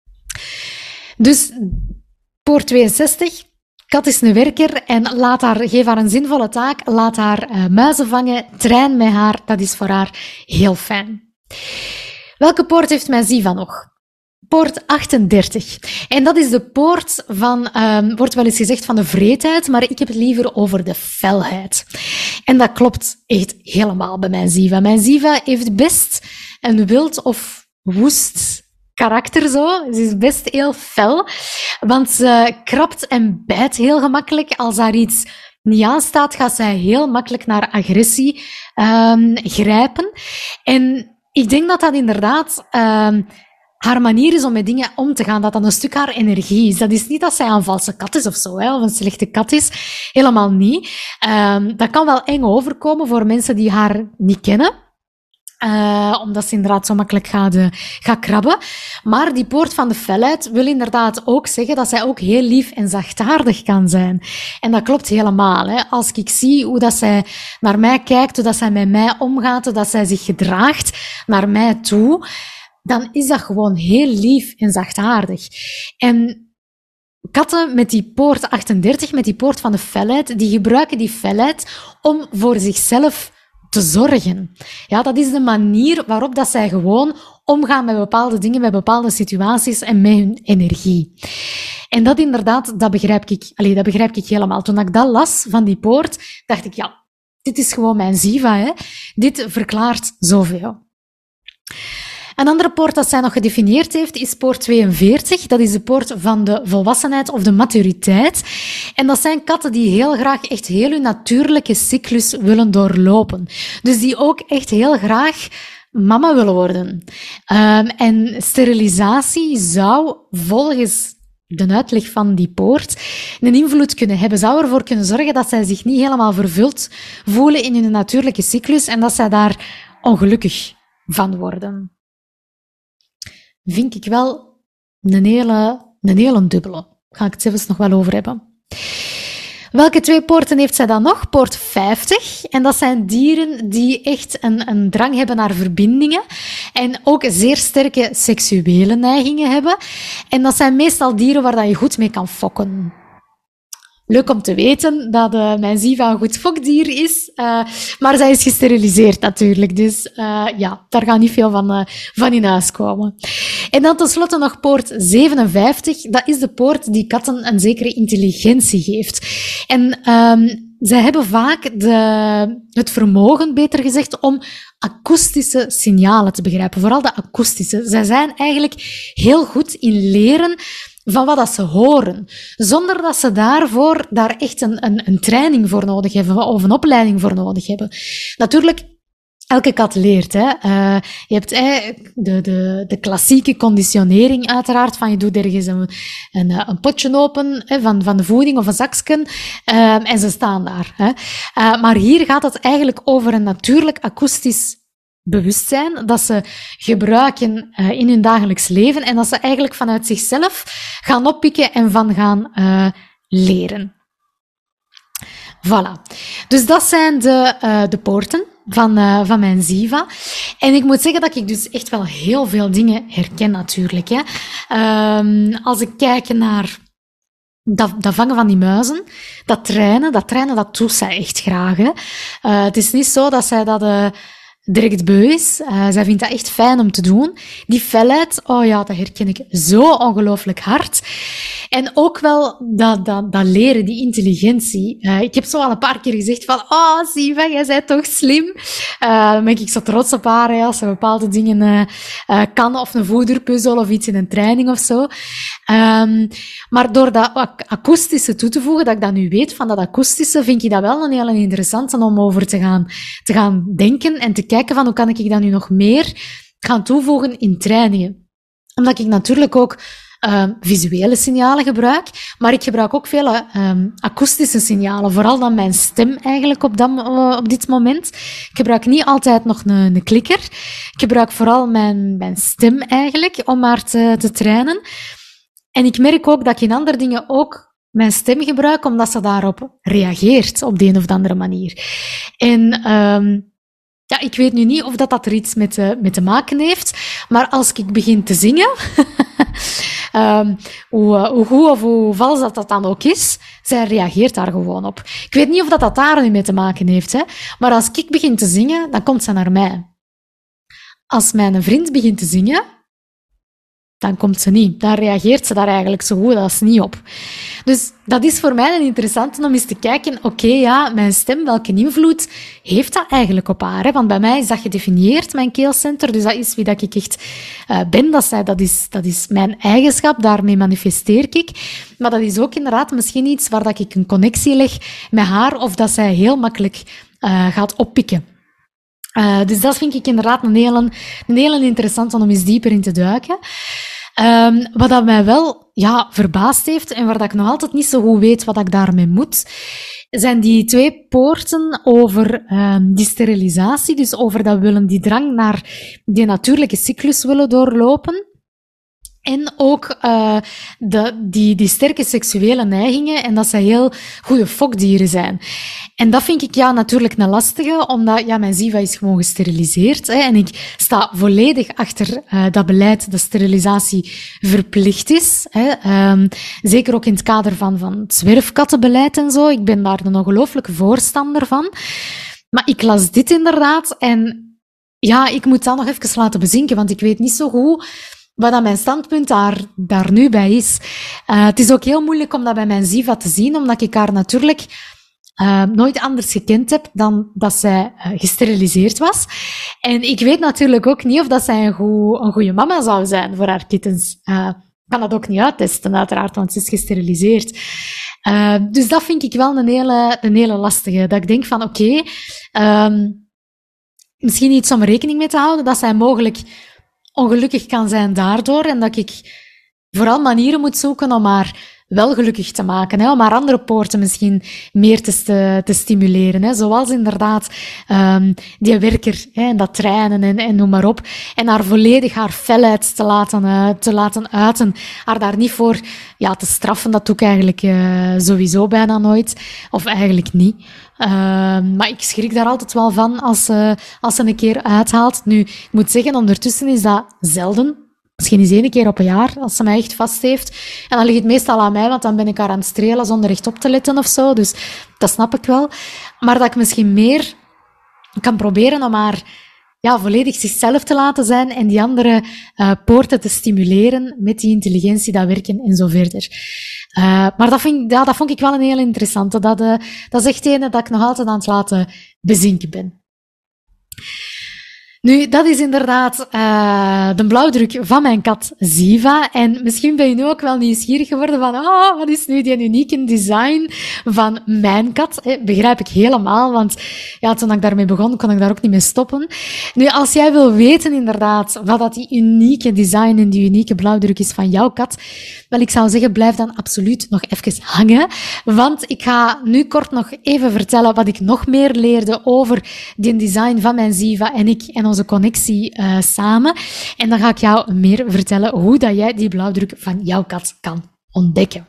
Dus, poort 62... Kat is een werker en geef haar een zinvolle taak. Laat haar muizen vangen. Train met haar. Dat is voor haar heel fijn. Welke poort heeft mijn Ziva nog? Poort 38. En dat is de poort van, wordt wel eens gezegd van de vreedheid, maar ik heb het liever over de felheid. En dat klopt echt helemaal bij mijn Ziva. Mijn Ziva heeft best een wild of woest karakter zo. Ze is best heel fel, want ze krabt en bijt heel gemakkelijk. Als daar iets niet aanstaat, gaat zij heel makkelijk naar agressie grijpen. En ik denk dat dat inderdaad haar manier is om met dingen om te gaan, dat dat een stuk haar energie is. Dat is niet dat zij een valse kat is of zo, of een slechte kat is. Helemaal niet. Dat kan wel eng overkomen voor mensen die haar niet kennen. Omdat ze inderdaad zo makkelijk gaat krabben. Maar die poort van de felheid wil inderdaad ook zeggen dat zij ook heel lief en zachtaardig kan zijn. En dat klopt helemaal. Hè. Als ik zie hoe dat zij naar mij kijkt, hoe dat zij met mij omgaat, hoe dat zij zich gedraagt naar mij toe, dan is dat gewoon heel lief en zachtaardig. En katten met die poort 38, met die poort van de felheid, die gebruiken die felheid om voor zichzelf te zorgen. Ja, dat is de manier waarop dat zij gewoon omgaan met bepaalde dingen, met bepaalde situaties en met hun energie. En dat inderdaad, dat begrijp ik helemaal. Toen ik dat las van die poort, dacht ik, ja, dit is gewoon mijn Ziva, hè. Dit verklaart zoveel. Een andere poort dat zij nog gedefinieerd heeft, is poort 42. Dat is de poort van de volwassenheid of de maturiteit. En dat zijn katten die heel graag echt heel hun natuurlijke cyclus willen doorlopen. Dus die ook echt heel graag mama willen worden. En sterilisatie zou volgens de uitleg van die poort een invloed kunnen hebben. Zou ervoor kunnen zorgen dat zij zich niet helemaal vervuld voelen in hun natuurlijke cyclus en dat zij daar ongelukkig van worden. Vind ik wel een hele dubbele. Daar ga ik het zelfs nog wel over hebben. Welke twee poorten heeft zij dan nog? Poort 50. En dat zijn dieren die echt een drang hebben naar verbindingen. En ook zeer sterke seksuele neigingen hebben. En dat zijn meestal dieren waar je goed mee kan fokken. Leuk om te weten dat mijn Ziva een goed fokdier is. Maar zij is gesteriliseerd natuurlijk. Dus ja, daar gaat niet veel van in huis komen. En dan tenslotte nog poort 57. Dat is de poort die katten een zekere intelligentie geeft. En zij hebben vaak het vermogen, beter gezegd, om akoestische signalen te begrijpen. Vooral de akoestische. Zij zijn eigenlijk heel goed in leren van wat dat ze horen, zonder dat ze daarvoor daar echt een training voor nodig hebben of een opleiding voor nodig hebben. Natuurlijk, elke kat leert. Hè. Je hebt de klassieke conditionering uiteraard, van je doet ergens een potje open van de voeding of een zakje en ze staan daar. Hè. Maar hier gaat het eigenlijk over een natuurlijk akoestisch bewustzijn dat ze gebruiken in hun dagelijks leven en dat ze eigenlijk vanuit zichzelf gaan oppikken en van gaan leren. Voilà. Dus dat zijn de poorten van mijn Ziva. En ik moet zeggen dat ik dus echt wel heel veel dingen herken natuurlijk. Hè. Als ik kijk naar dat vangen van die muizen, dat trainen, dat doet zij echt graag. Hè. Het is niet zo dat zij dat direct beu is. Zij vindt dat echt fijn om te doen. Die felheid, oh ja, dat herken ik zo ongelooflijk hard. En ook wel dat leren, die intelligentie. Ik heb zo al een paar keer gezegd van, oh, Ziva, jij bent toch slim. Dan ben ik zo trots op haar, hè, als ze bepaalde dingen kan, of een voederpuzzel of iets in een training of zo. Maar door dat akoestische toe te voegen, dat ik dat nu weet van dat akoestische, vind ik dat wel een hele interessante om over te gaan denken en te kijken van hoe kan ik dat nu nog meer gaan toevoegen in trainingen. Omdat ik natuurlijk ook visuele signalen gebruik, maar ik gebruik ook veel akoestische signalen, vooral dan mijn stem eigenlijk op dit moment. Ik gebruik niet altijd nog een klikker. Ik gebruik vooral mijn stem eigenlijk om maar te trainen. En ik merk ook dat ik in andere dingen ook mijn stem gebruik, omdat ze daarop reageert op de een of andere manier. En ja, ik weet nu niet of dat er iets mee te maken heeft, maar als ik begin te zingen, hoe goed of hoe vals dat dan ook is, zij reageert daar gewoon op. Ik weet niet of dat daar nu mee te maken heeft, hè, maar als ik begin te zingen, dan komt ze naar mij. Als mijn vriend begint te zingen, dan komt ze niet. Dan reageert ze daar eigenlijk zo goed als niet op. Dus dat is voor mij een interessante om eens te kijken, oké, ja, mijn stem, welke invloed heeft dat eigenlijk op haar? Hè? Want bij mij is dat gedefinieerd, mijn keelcenter, dus dat is wie dat ik echt ben. Dat is mijn eigenschap, daarmee manifesteer ik. Maar dat is ook inderdaad misschien iets waar dat ik een connectie leg met haar, of dat zij heel makkelijk gaat oppikken. Dus dat vind ik inderdaad een hele interessante om eens dieper in te duiken. Wat dat mij wel verbaasd heeft en waar dat ik nog altijd niet zo goed weet wat ik daarmee moet, zijn die 2 poorten over die sterilisatie, dus over dat willen die drang naar die natuurlijke cyclus willen doorlopen. En ook die sterke seksuele neigingen en dat zij heel goede fokdieren zijn. En dat vind ik natuurlijk een lastige, omdat mijn Ziva is gewoon gesteriliseerd. Hè, en ik sta volledig achter dat beleid dat sterilisatie verplicht is. Hè, zeker ook in het kader van het zwerfkattenbeleid en zo. Ik ben daar een ongelooflijke voorstander van. Maar ik las dit inderdaad en ja, ik moet dat nog even laten bezinken, want ik weet niet zo goed wat dat mijn standpunt daar nu bij is. Het is ook heel moeilijk om dat bij mijn Ziva te zien, omdat ik haar natuurlijk nooit anders gekend heb dan dat zij gesteriliseerd was. En ik weet natuurlijk ook niet of dat zij een goede mama zou zijn voor haar kittens. Ik kan dat ook niet uittesten, uiteraard, want ze is gesteriliseerd. Dus dat vind ik wel een hele lastige. Dat ik denk van, oké, misschien iets om rekening mee te houden, dat zij mogelijk ongelukkig kan zijn daardoor en dat ik vooral manieren moet zoeken om haar wel gelukkig te maken, hè, om haar andere poorten misschien meer te stimuleren, hè, zoals inderdaad die werker, hè, en dat trainen en noem maar op, en haar volledig haar felheid te laten uiten, haar daar niet voor te straffen, dat doe ik eigenlijk sowieso bijna nooit, of eigenlijk niet. Maar ik schrik daar altijd wel van als ze een keer uithaalt. Nu, ik moet zeggen, ondertussen is dat zelden. Misschien eens 1 keer op een jaar, als ze mij echt vast heeft. En dan ligt het meestal aan mij, want dan ben ik haar aan het strelen zonder echt op te letten of zo. Dus dat snap ik wel. Maar dat ik misschien meer kan proberen om haar volledig zichzelf te laten zijn en die andere poorten te stimuleren met die intelligentie, dat werken en zo verder. Maar dat vond ik wel een heel interessante. Dat is echt een dat ik nog altijd aan het laten bezinken ben. Nu, dat is inderdaad de blauwdruk van mijn kat Ziva. En misschien ben je nu ook wel nieuwsgierig geworden van, wat is nu die unieke design van mijn kat? Begrijp ik helemaal, want ja, toen ik daarmee begon, kon ik daar ook niet mee stoppen. Nu, als jij wil weten inderdaad wat dat die unieke design en die unieke blauwdruk is van jouw kat, wel, ik zou zeggen, blijf dan absoluut nog even hangen. Want ik ga nu kort nog even vertellen wat ik nog meer leerde over die design van mijn Ziva en ik en onze connectie samen. En dan ga ik jou meer vertellen hoe dat jij die blauwdruk van jouw kat kan ontdekken.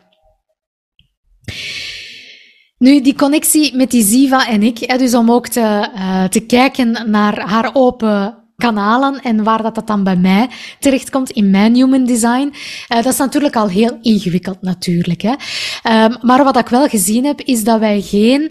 Nu, die connectie met die Ziva en ik, dus om ook te kijken naar haar open kanalen en waar dat dan bij mij terechtkomt in mijn human design. Dat is natuurlijk al heel ingewikkeld natuurlijk. Hè. Maar wat ik wel gezien heb, is dat wij geen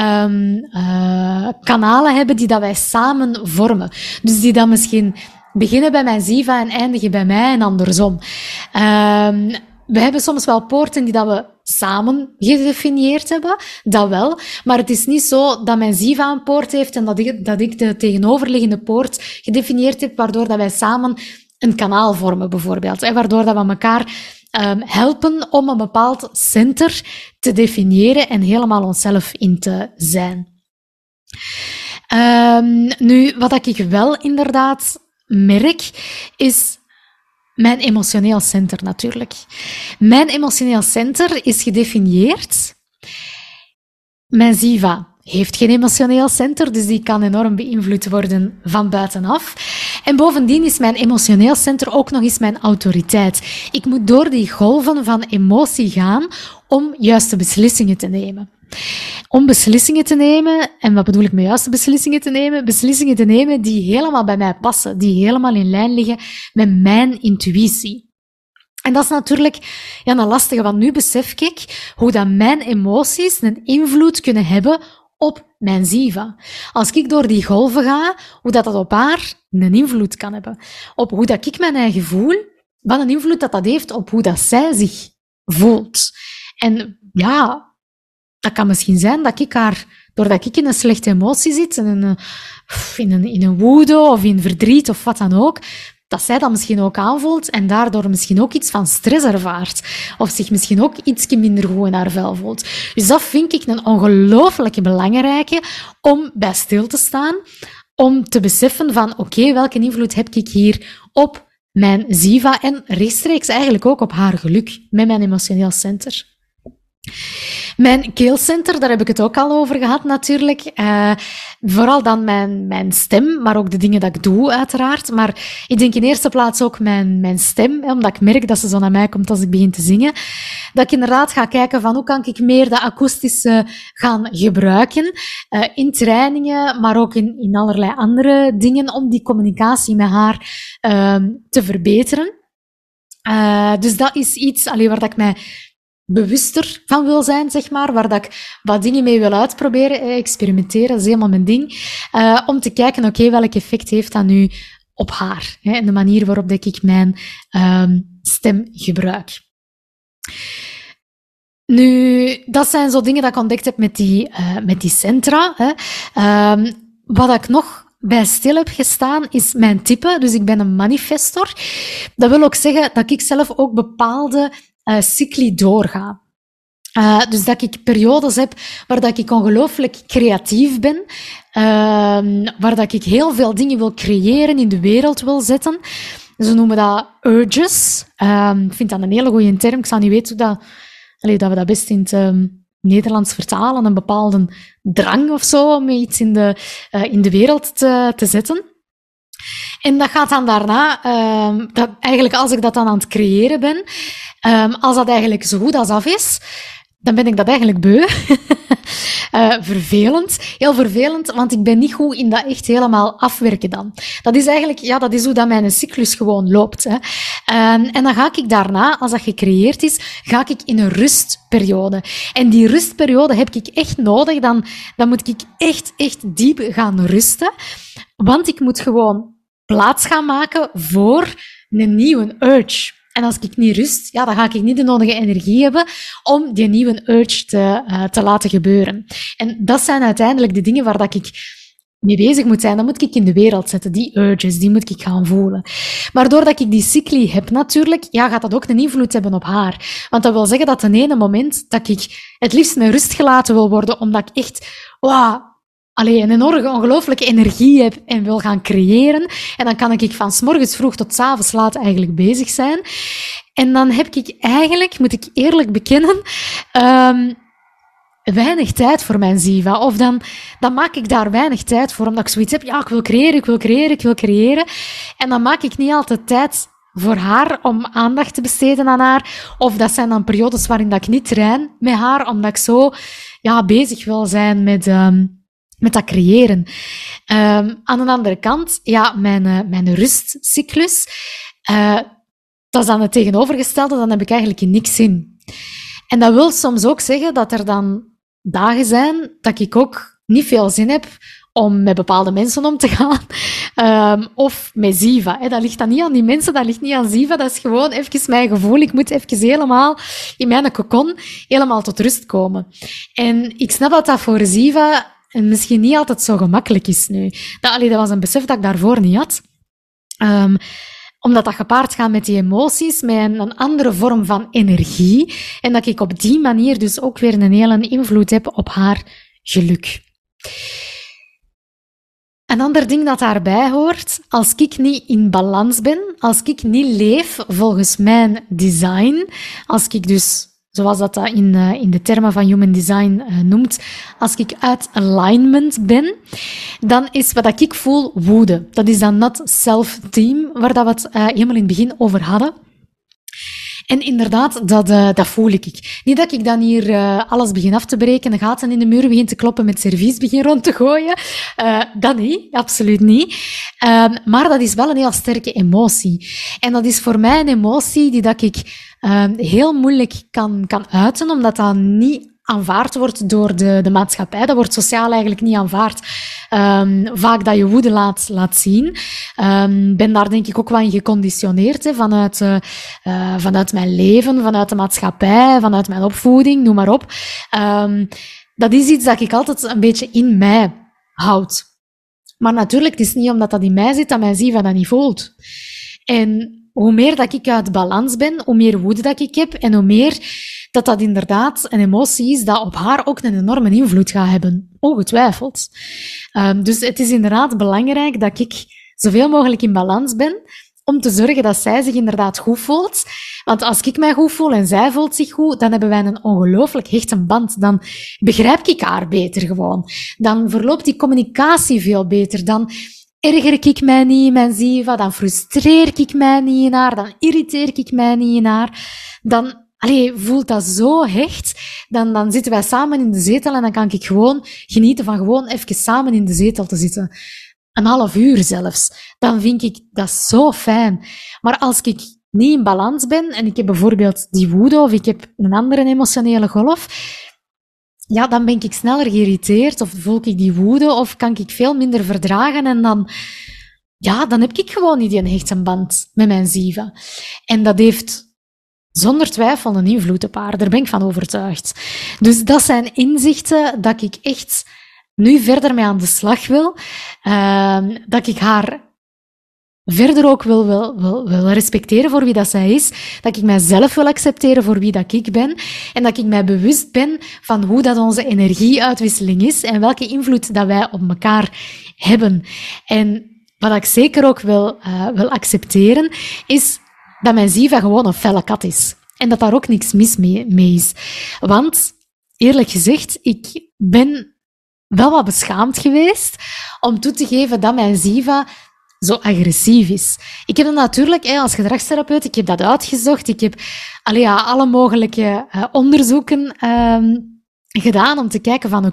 kanalen hebben die dat wij samen vormen. Dus die dan misschien beginnen bij mijn Ziva en eindigen bij mij en andersom. We hebben soms wel poorten die dat we samen gedefinieerd hebben, dat wel. Maar het is niet zo dat mijn Ziva een poort heeft en dat ik de tegenoverliggende poort gedefinieerd heb, waardoor dat wij samen een kanaal vormen, bijvoorbeeld. Waardoor dat we elkaar helpen om een bepaald center te definiëren en helemaal onszelf in te zijn. Nu, wat ik wel inderdaad merk, is mijn emotioneel center natuurlijk. Mijn emotioneel center is gedefinieerd. Mijn Ziva heeft geen emotioneel center, dus die kan enorm beïnvloed worden van buitenaf. En bovendien is mijn emotioneel center ook nog eens mijn autoriteit. Ik moet door die golven van emotie gaan om juiste beslissingen te nemen. Om beslissingen te nemen, en wat bedoel ik met juiste beslissingen te nemen? Beslissingen te nemen die helemaal bij mij passen, die helemaal in lijn liggen met mijn intuïtie. En dat is natuurlijk een lastige, want nu besef ik hoe dat mijn emoties een invloed kunnen hebben op mijn Ziva. Als ik door die golven ga, hoe dat op haar een invloed kan hebben. Op hoe dat ik mijn eigen voel, wat een invloed dat heeft op hoe dat zij zich voelt. En ja, dat kan misschien zijn dat ik haar, doordat ik in een slechte emotie zit, in een woede of in verdriet of wat dan ook, dat zij dat misschien ook aanvoelt en daardoor misschien ook iets van stress ervaart. Of zich misschien ook iets minder goed in haar vel voelt. Dus dat vind ik een ongelooflijk belangrijke om bij stil te staan, om te beseffen van oké, welke invloed heb ik hier op mijn Ziva en rechtstreeks eigenlijk ook op haar geluk met mijn emotioneel center. Mijn keelcenter, daar heb ik het ook al over gehad natuurlijk. Vooral dan mijn stem, maar ook de dingen dat ik doe uiteraard. Maar ik denk in eerste plaats ook mijn stem, omdat ik merk dat ze zo naar mij komt als ik begin te zingen. Dat ik inderdaad ga kijken van hoe kan ik meer dat akoestische gaan gebruiken. In trainingen, maar ook in allerlei andere dingen om die communicatie met haar te verbeteren. Dus dat is iets waar dat ik mij bewuster van wil zijn, zeg maar, waar dat ik wat dingen mee wil uitproberen, experimenteren, dat is helemaal mijn ding, om te kijken, oké, welk effect heeft dat nu op haar, en de manier waarop dat ik mijn stem gebruik. Nu, dat zijn zo dingen dat ik ontdekt heb met die centra. Wat ik nog bij stil heb gestaan, is mijn type. Dus ik ben een manifestor. Dat wil ook zeggen dat ik zelf ook bepaalde cycli doorga. Dus dat ik periodes heb waar dat ik ongelooflijk creatief ben, waar dat ik heel veel dingen wil creëren, in de wereld wil zetten. Ze noemen dat urges. Ik vind dat een hele goede term. Ik zou niet weten dat we dat best in het Nederlands vertalen. Een bepaalde drang of zo om iets in de wereld te zetten. En dat gaat dan daarna, eigenlijk als ik dat dan aan het creëren ben, als dat eigenlijk zo goed als af is, dan ben ik dat eigenlijk beu. Vervelend. Heel vervelend, want ik ben niet goed in dat echt helemaal afwerken dan. Dat is eigenlijk, dat is hoe dat mijn cyclus gewoon loopt. Hè. En dan ga ik daarna, als dat gecreëerd is, ga ik in een rustperiode. En die rustperiode heb ik echt nodig. Dan moet ik echt diep gaan rusten. Want ik moet gewoon plaats gaan maken voor een nieuwe urge. En als ik niet rust, dan ga ik niet de nodige energie hebben om die nieuwe urge te laten gebeuren. En dat zijn uiteindelijk de dingen waar dat ik mee bezig moet zijn, dan moet ik in de wereld zetten. Die urges, die moet ik gaan voelen. Maar doordat ik die cycli heb natuurlijk, ja, gaat dat ook een invloed hebben op haar. Want dat wil zeggen dat ten ene moment dat ik het liefst met rust gelaten wil worden, omdat ik echt, een enorme, ongelooflijke energie heb en wil gaan creëren. En dan kan ik van 's morgens vroeg tot 's avonds laat eigenlijk bezig zijn. En dan heb ik eigenlijk, moet ik eerlijk bekennen, weinig tijd voor mijn Ziva. Of dan maak ik daar weinig tijd voor, omdat ik zoiets heb, ja, ik wil creëren. En dan maak ik niet altijd tijd voor haar om aandacht te besteden aan haar. Of dat zijn dan periodes waarin dat ik niet train met haar, omdat ik zo bezig wil zijn met dat creëren. Aan de andere kant, ja, mijn rustcyclus, dat is dan het tegenovergestelde, dan heb ik eigenlijk niks zin. En dat wil soms ook zeggen dat er dan dagen zijn dat ik ook niet veel zin heb om met bepaalde mensen om te gaan. Of met Ziva. Dat ligt dan niet aan die mensen, dat ligt niet aan Ziva. Dat is gewoon even mijn gevoel. Ik moet even helemaal in mijn cocon helemaal tot rust komen. En ik snap dat dat voor Ziva misschien niet altijd zo gemakkelijk is nu. Dat was een besef dat ik daarvoor niet had. Omdat dat gepaard gaat met die emoties, met een andere vorm van energie. En dat ik op die manier dus ook weer een hele invloed heb op haar geluk. Een ander ding dat daarbij hoort, als ik niet in balans ben, als ik niet leef volgens mijn design, als ik dus, zoals dat in de termen van Human Design noemt, als ik uit alignment ben, dan is wat ik voel woede. Dat is dan not self-team, waar dat we het helemaal in het begin over hadden. En inderdaad, dat voel ik. Niet dat ik dan hier alles begin af te breken, de gaten in de muur begin te kloppen, met servies begin rond te gooien. Dat niet, absoluut niet. Maar dat is wel een heel sterke emotie. En dat is voor mij een emotie die dat ik heel moeilijk kan uiten, omdat dat niet aanvaard wordt door de maatschappij. Dat wordt sociaal eigenlijk niet aanvaard. Vaak dat je woede laat zien. Ben daar denk ik ook wel in geconditioneerd, vanuit mijn leven, vanuit de maatschappij, vanuit mijn opvoeding, noem maar op. Dat is iets dat ik altijd een beetje in mij houd. Maar natuurlijk, het is niet omdat dat in mij zit, dat mijn Ziva dat niet voelt. En hoe meer dat ik uit balans ben, hoe meer woede dat ik heb en hoe meer dat inderdaad een emotie is dat op haar ook een enorme invloed gaat hebben. Ongetwijfeld. Dus het is inderdaad belangrijk dat ik zoveel mogelijk in balans ben om te zorgen dat zij zich inderdaad goed voelt. Want als ik mij goed voel en zij voelt zich goed, dan hebben wij een ongelooflijk hechte band. Dan begrijp ik haar beter gewoon. Dan verloopt die communicatie veel beter. Dan erger ik mij niet in mijn Ziva, dan frustreer ik mij niet in haar, dan irriteer ik mij niet in haar. Dan voelt dat zo hecht, dan zitten wij samen in de zetel en dan kan ik gewoon genieten van gewoon even samen in de zetel te zitten. Een half uur zelfs. Dan vind ik dat zo fijn. Maar als ik niet in balans ben en ik heb bijvoorbeeld die woede of ik heb een andere emotionele golf, ja, dan ben ik sneller geïrriteerd of voel ik die woede of kan ik veel minder verdragen en dan heb ik gewoon niet die hechte band met mijn Ziva. En dat heeft zonder twijfel een invloed op haar. Daar ben ik van overtuigd. Dus dat zijn inzichten dat ik echt nu verder mee aan de slag wil. Dat ik haar verder ook wil respecteren voor wie dat zij is. Dat ik mijzelf wil accepteren voor wie dat ik ben. En dat ik mij bewust ben van hoe dat onze energieuitwisseling is en welke invloed dat wij op elkaar hebben. En wat ik zeker ook wil accepteren, is dat mijn Ziva gewoon een felle kat is. En dat daar ook niks mis mee is. Want, eerlijk gezegd, ik ben wel wat beschaamd geweest om toe te geven dat mijn Ziva zo agressief is. Ik heb dat natuurlijk, als gedragstherapeut, ik heb dat uitgezocht. Ik heb alle mogelijke onderzoeken gedaan om te kijken van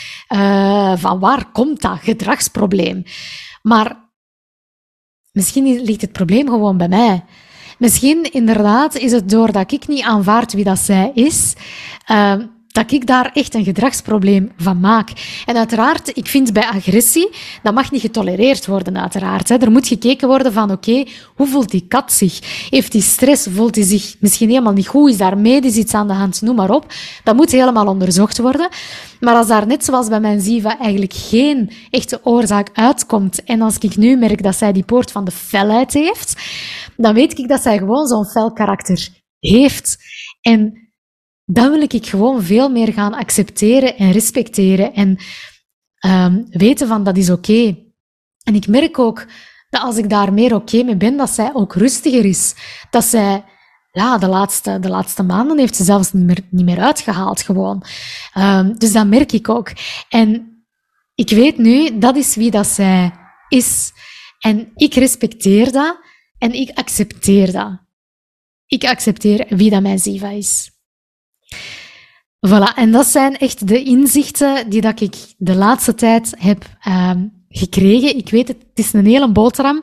van waar komt dat gedragsprobleem? Maar misschien ligt het probleem gewoon bij mij. Misschien inderdaad is het doordat ik niet aanvaard wie dat zij is, dat ik daar echt een gedragsprobleem van maak. En uiteraard, ik vind bij agressie, dat mag niet getolereerd worden, uiteraard. Er moet gekeken worden van, oké, hoe voelt die kat zich? Heeft hij stress? Voelt hij zich misschien helemaal niet goed? Is daar medisch iets aan de hand? Noem maar op. Dat moet helemaal onderzocht worden. Maar als daar net zoals bij mijn Ziva eigenlijk geen echte oorzaak uitkomt, en als ik nu merk dat zij die poort van de felheid heeft, dan weet ik dat zij gewoon zo'n fel karakter heeft. En dan wil ik gewoon veel meer gaan accepteren en respecteren en weten van dat is oké. En ik merk ook dat als ik daar meer oké mee ben, dat zij ook rustiger is. Dat zij, ja, de laatste maanden heeft ze zelfs niet meer uitgehaald gewoon. Dus dat merk ik ook. En ik weet nu, dat is wie dat zij is. En ik respecteer dat en ik accepteer dat. Ik accepteer wie dat mijn Ziva is. Voilà, en dat zijn echt de inzichten die dat ik de laatste tijd heb gekregen. Ik weet het, het is een hele boterham.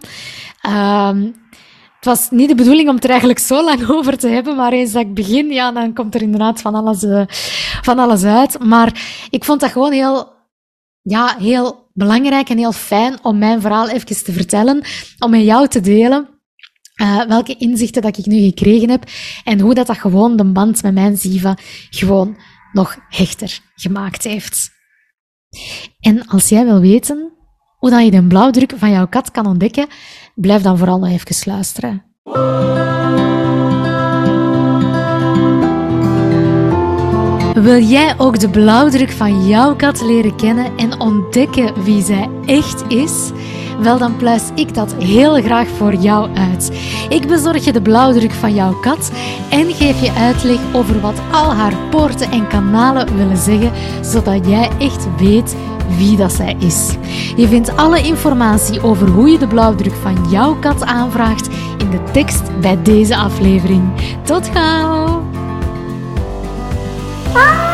Het was niet de bedoeling om het er eigenlijk zo lang over te hebben, maar eens dat ik begin, ja, dan komt er inderdaad van alles uit. Maar ik vond dat gewoon heel belangrijk en heel fijn om mijn verhaal even te vertellen, om met jou te delen. Welke inzichten dat ik nu gekregen heb en hoe dat gewoon de band met mijn Ziva gewoon nog hechter gemaakt heeft. En als jij wil weten hoe dat je de blauwdruk van jouw kat kan ontdekken, blijf dan vooral nog even luisteren. Wil jij ook de blauwdruk van jouw kat leren kennen en ontdekken wie zij echt is? Wel, dan pluis ik dat heel graag voor jou uit. Ik bezorg je de blauwdruk van jouw kat en geef je uitleg over wat al haar poorten en kanalen willen zeggen, zodat jij echt weet wie dat zij is. Je vindt alle informatie over hoe je de blauwdruk van jouw kat aanvraagt in de tekst bij deze aflevering. Tot gauw!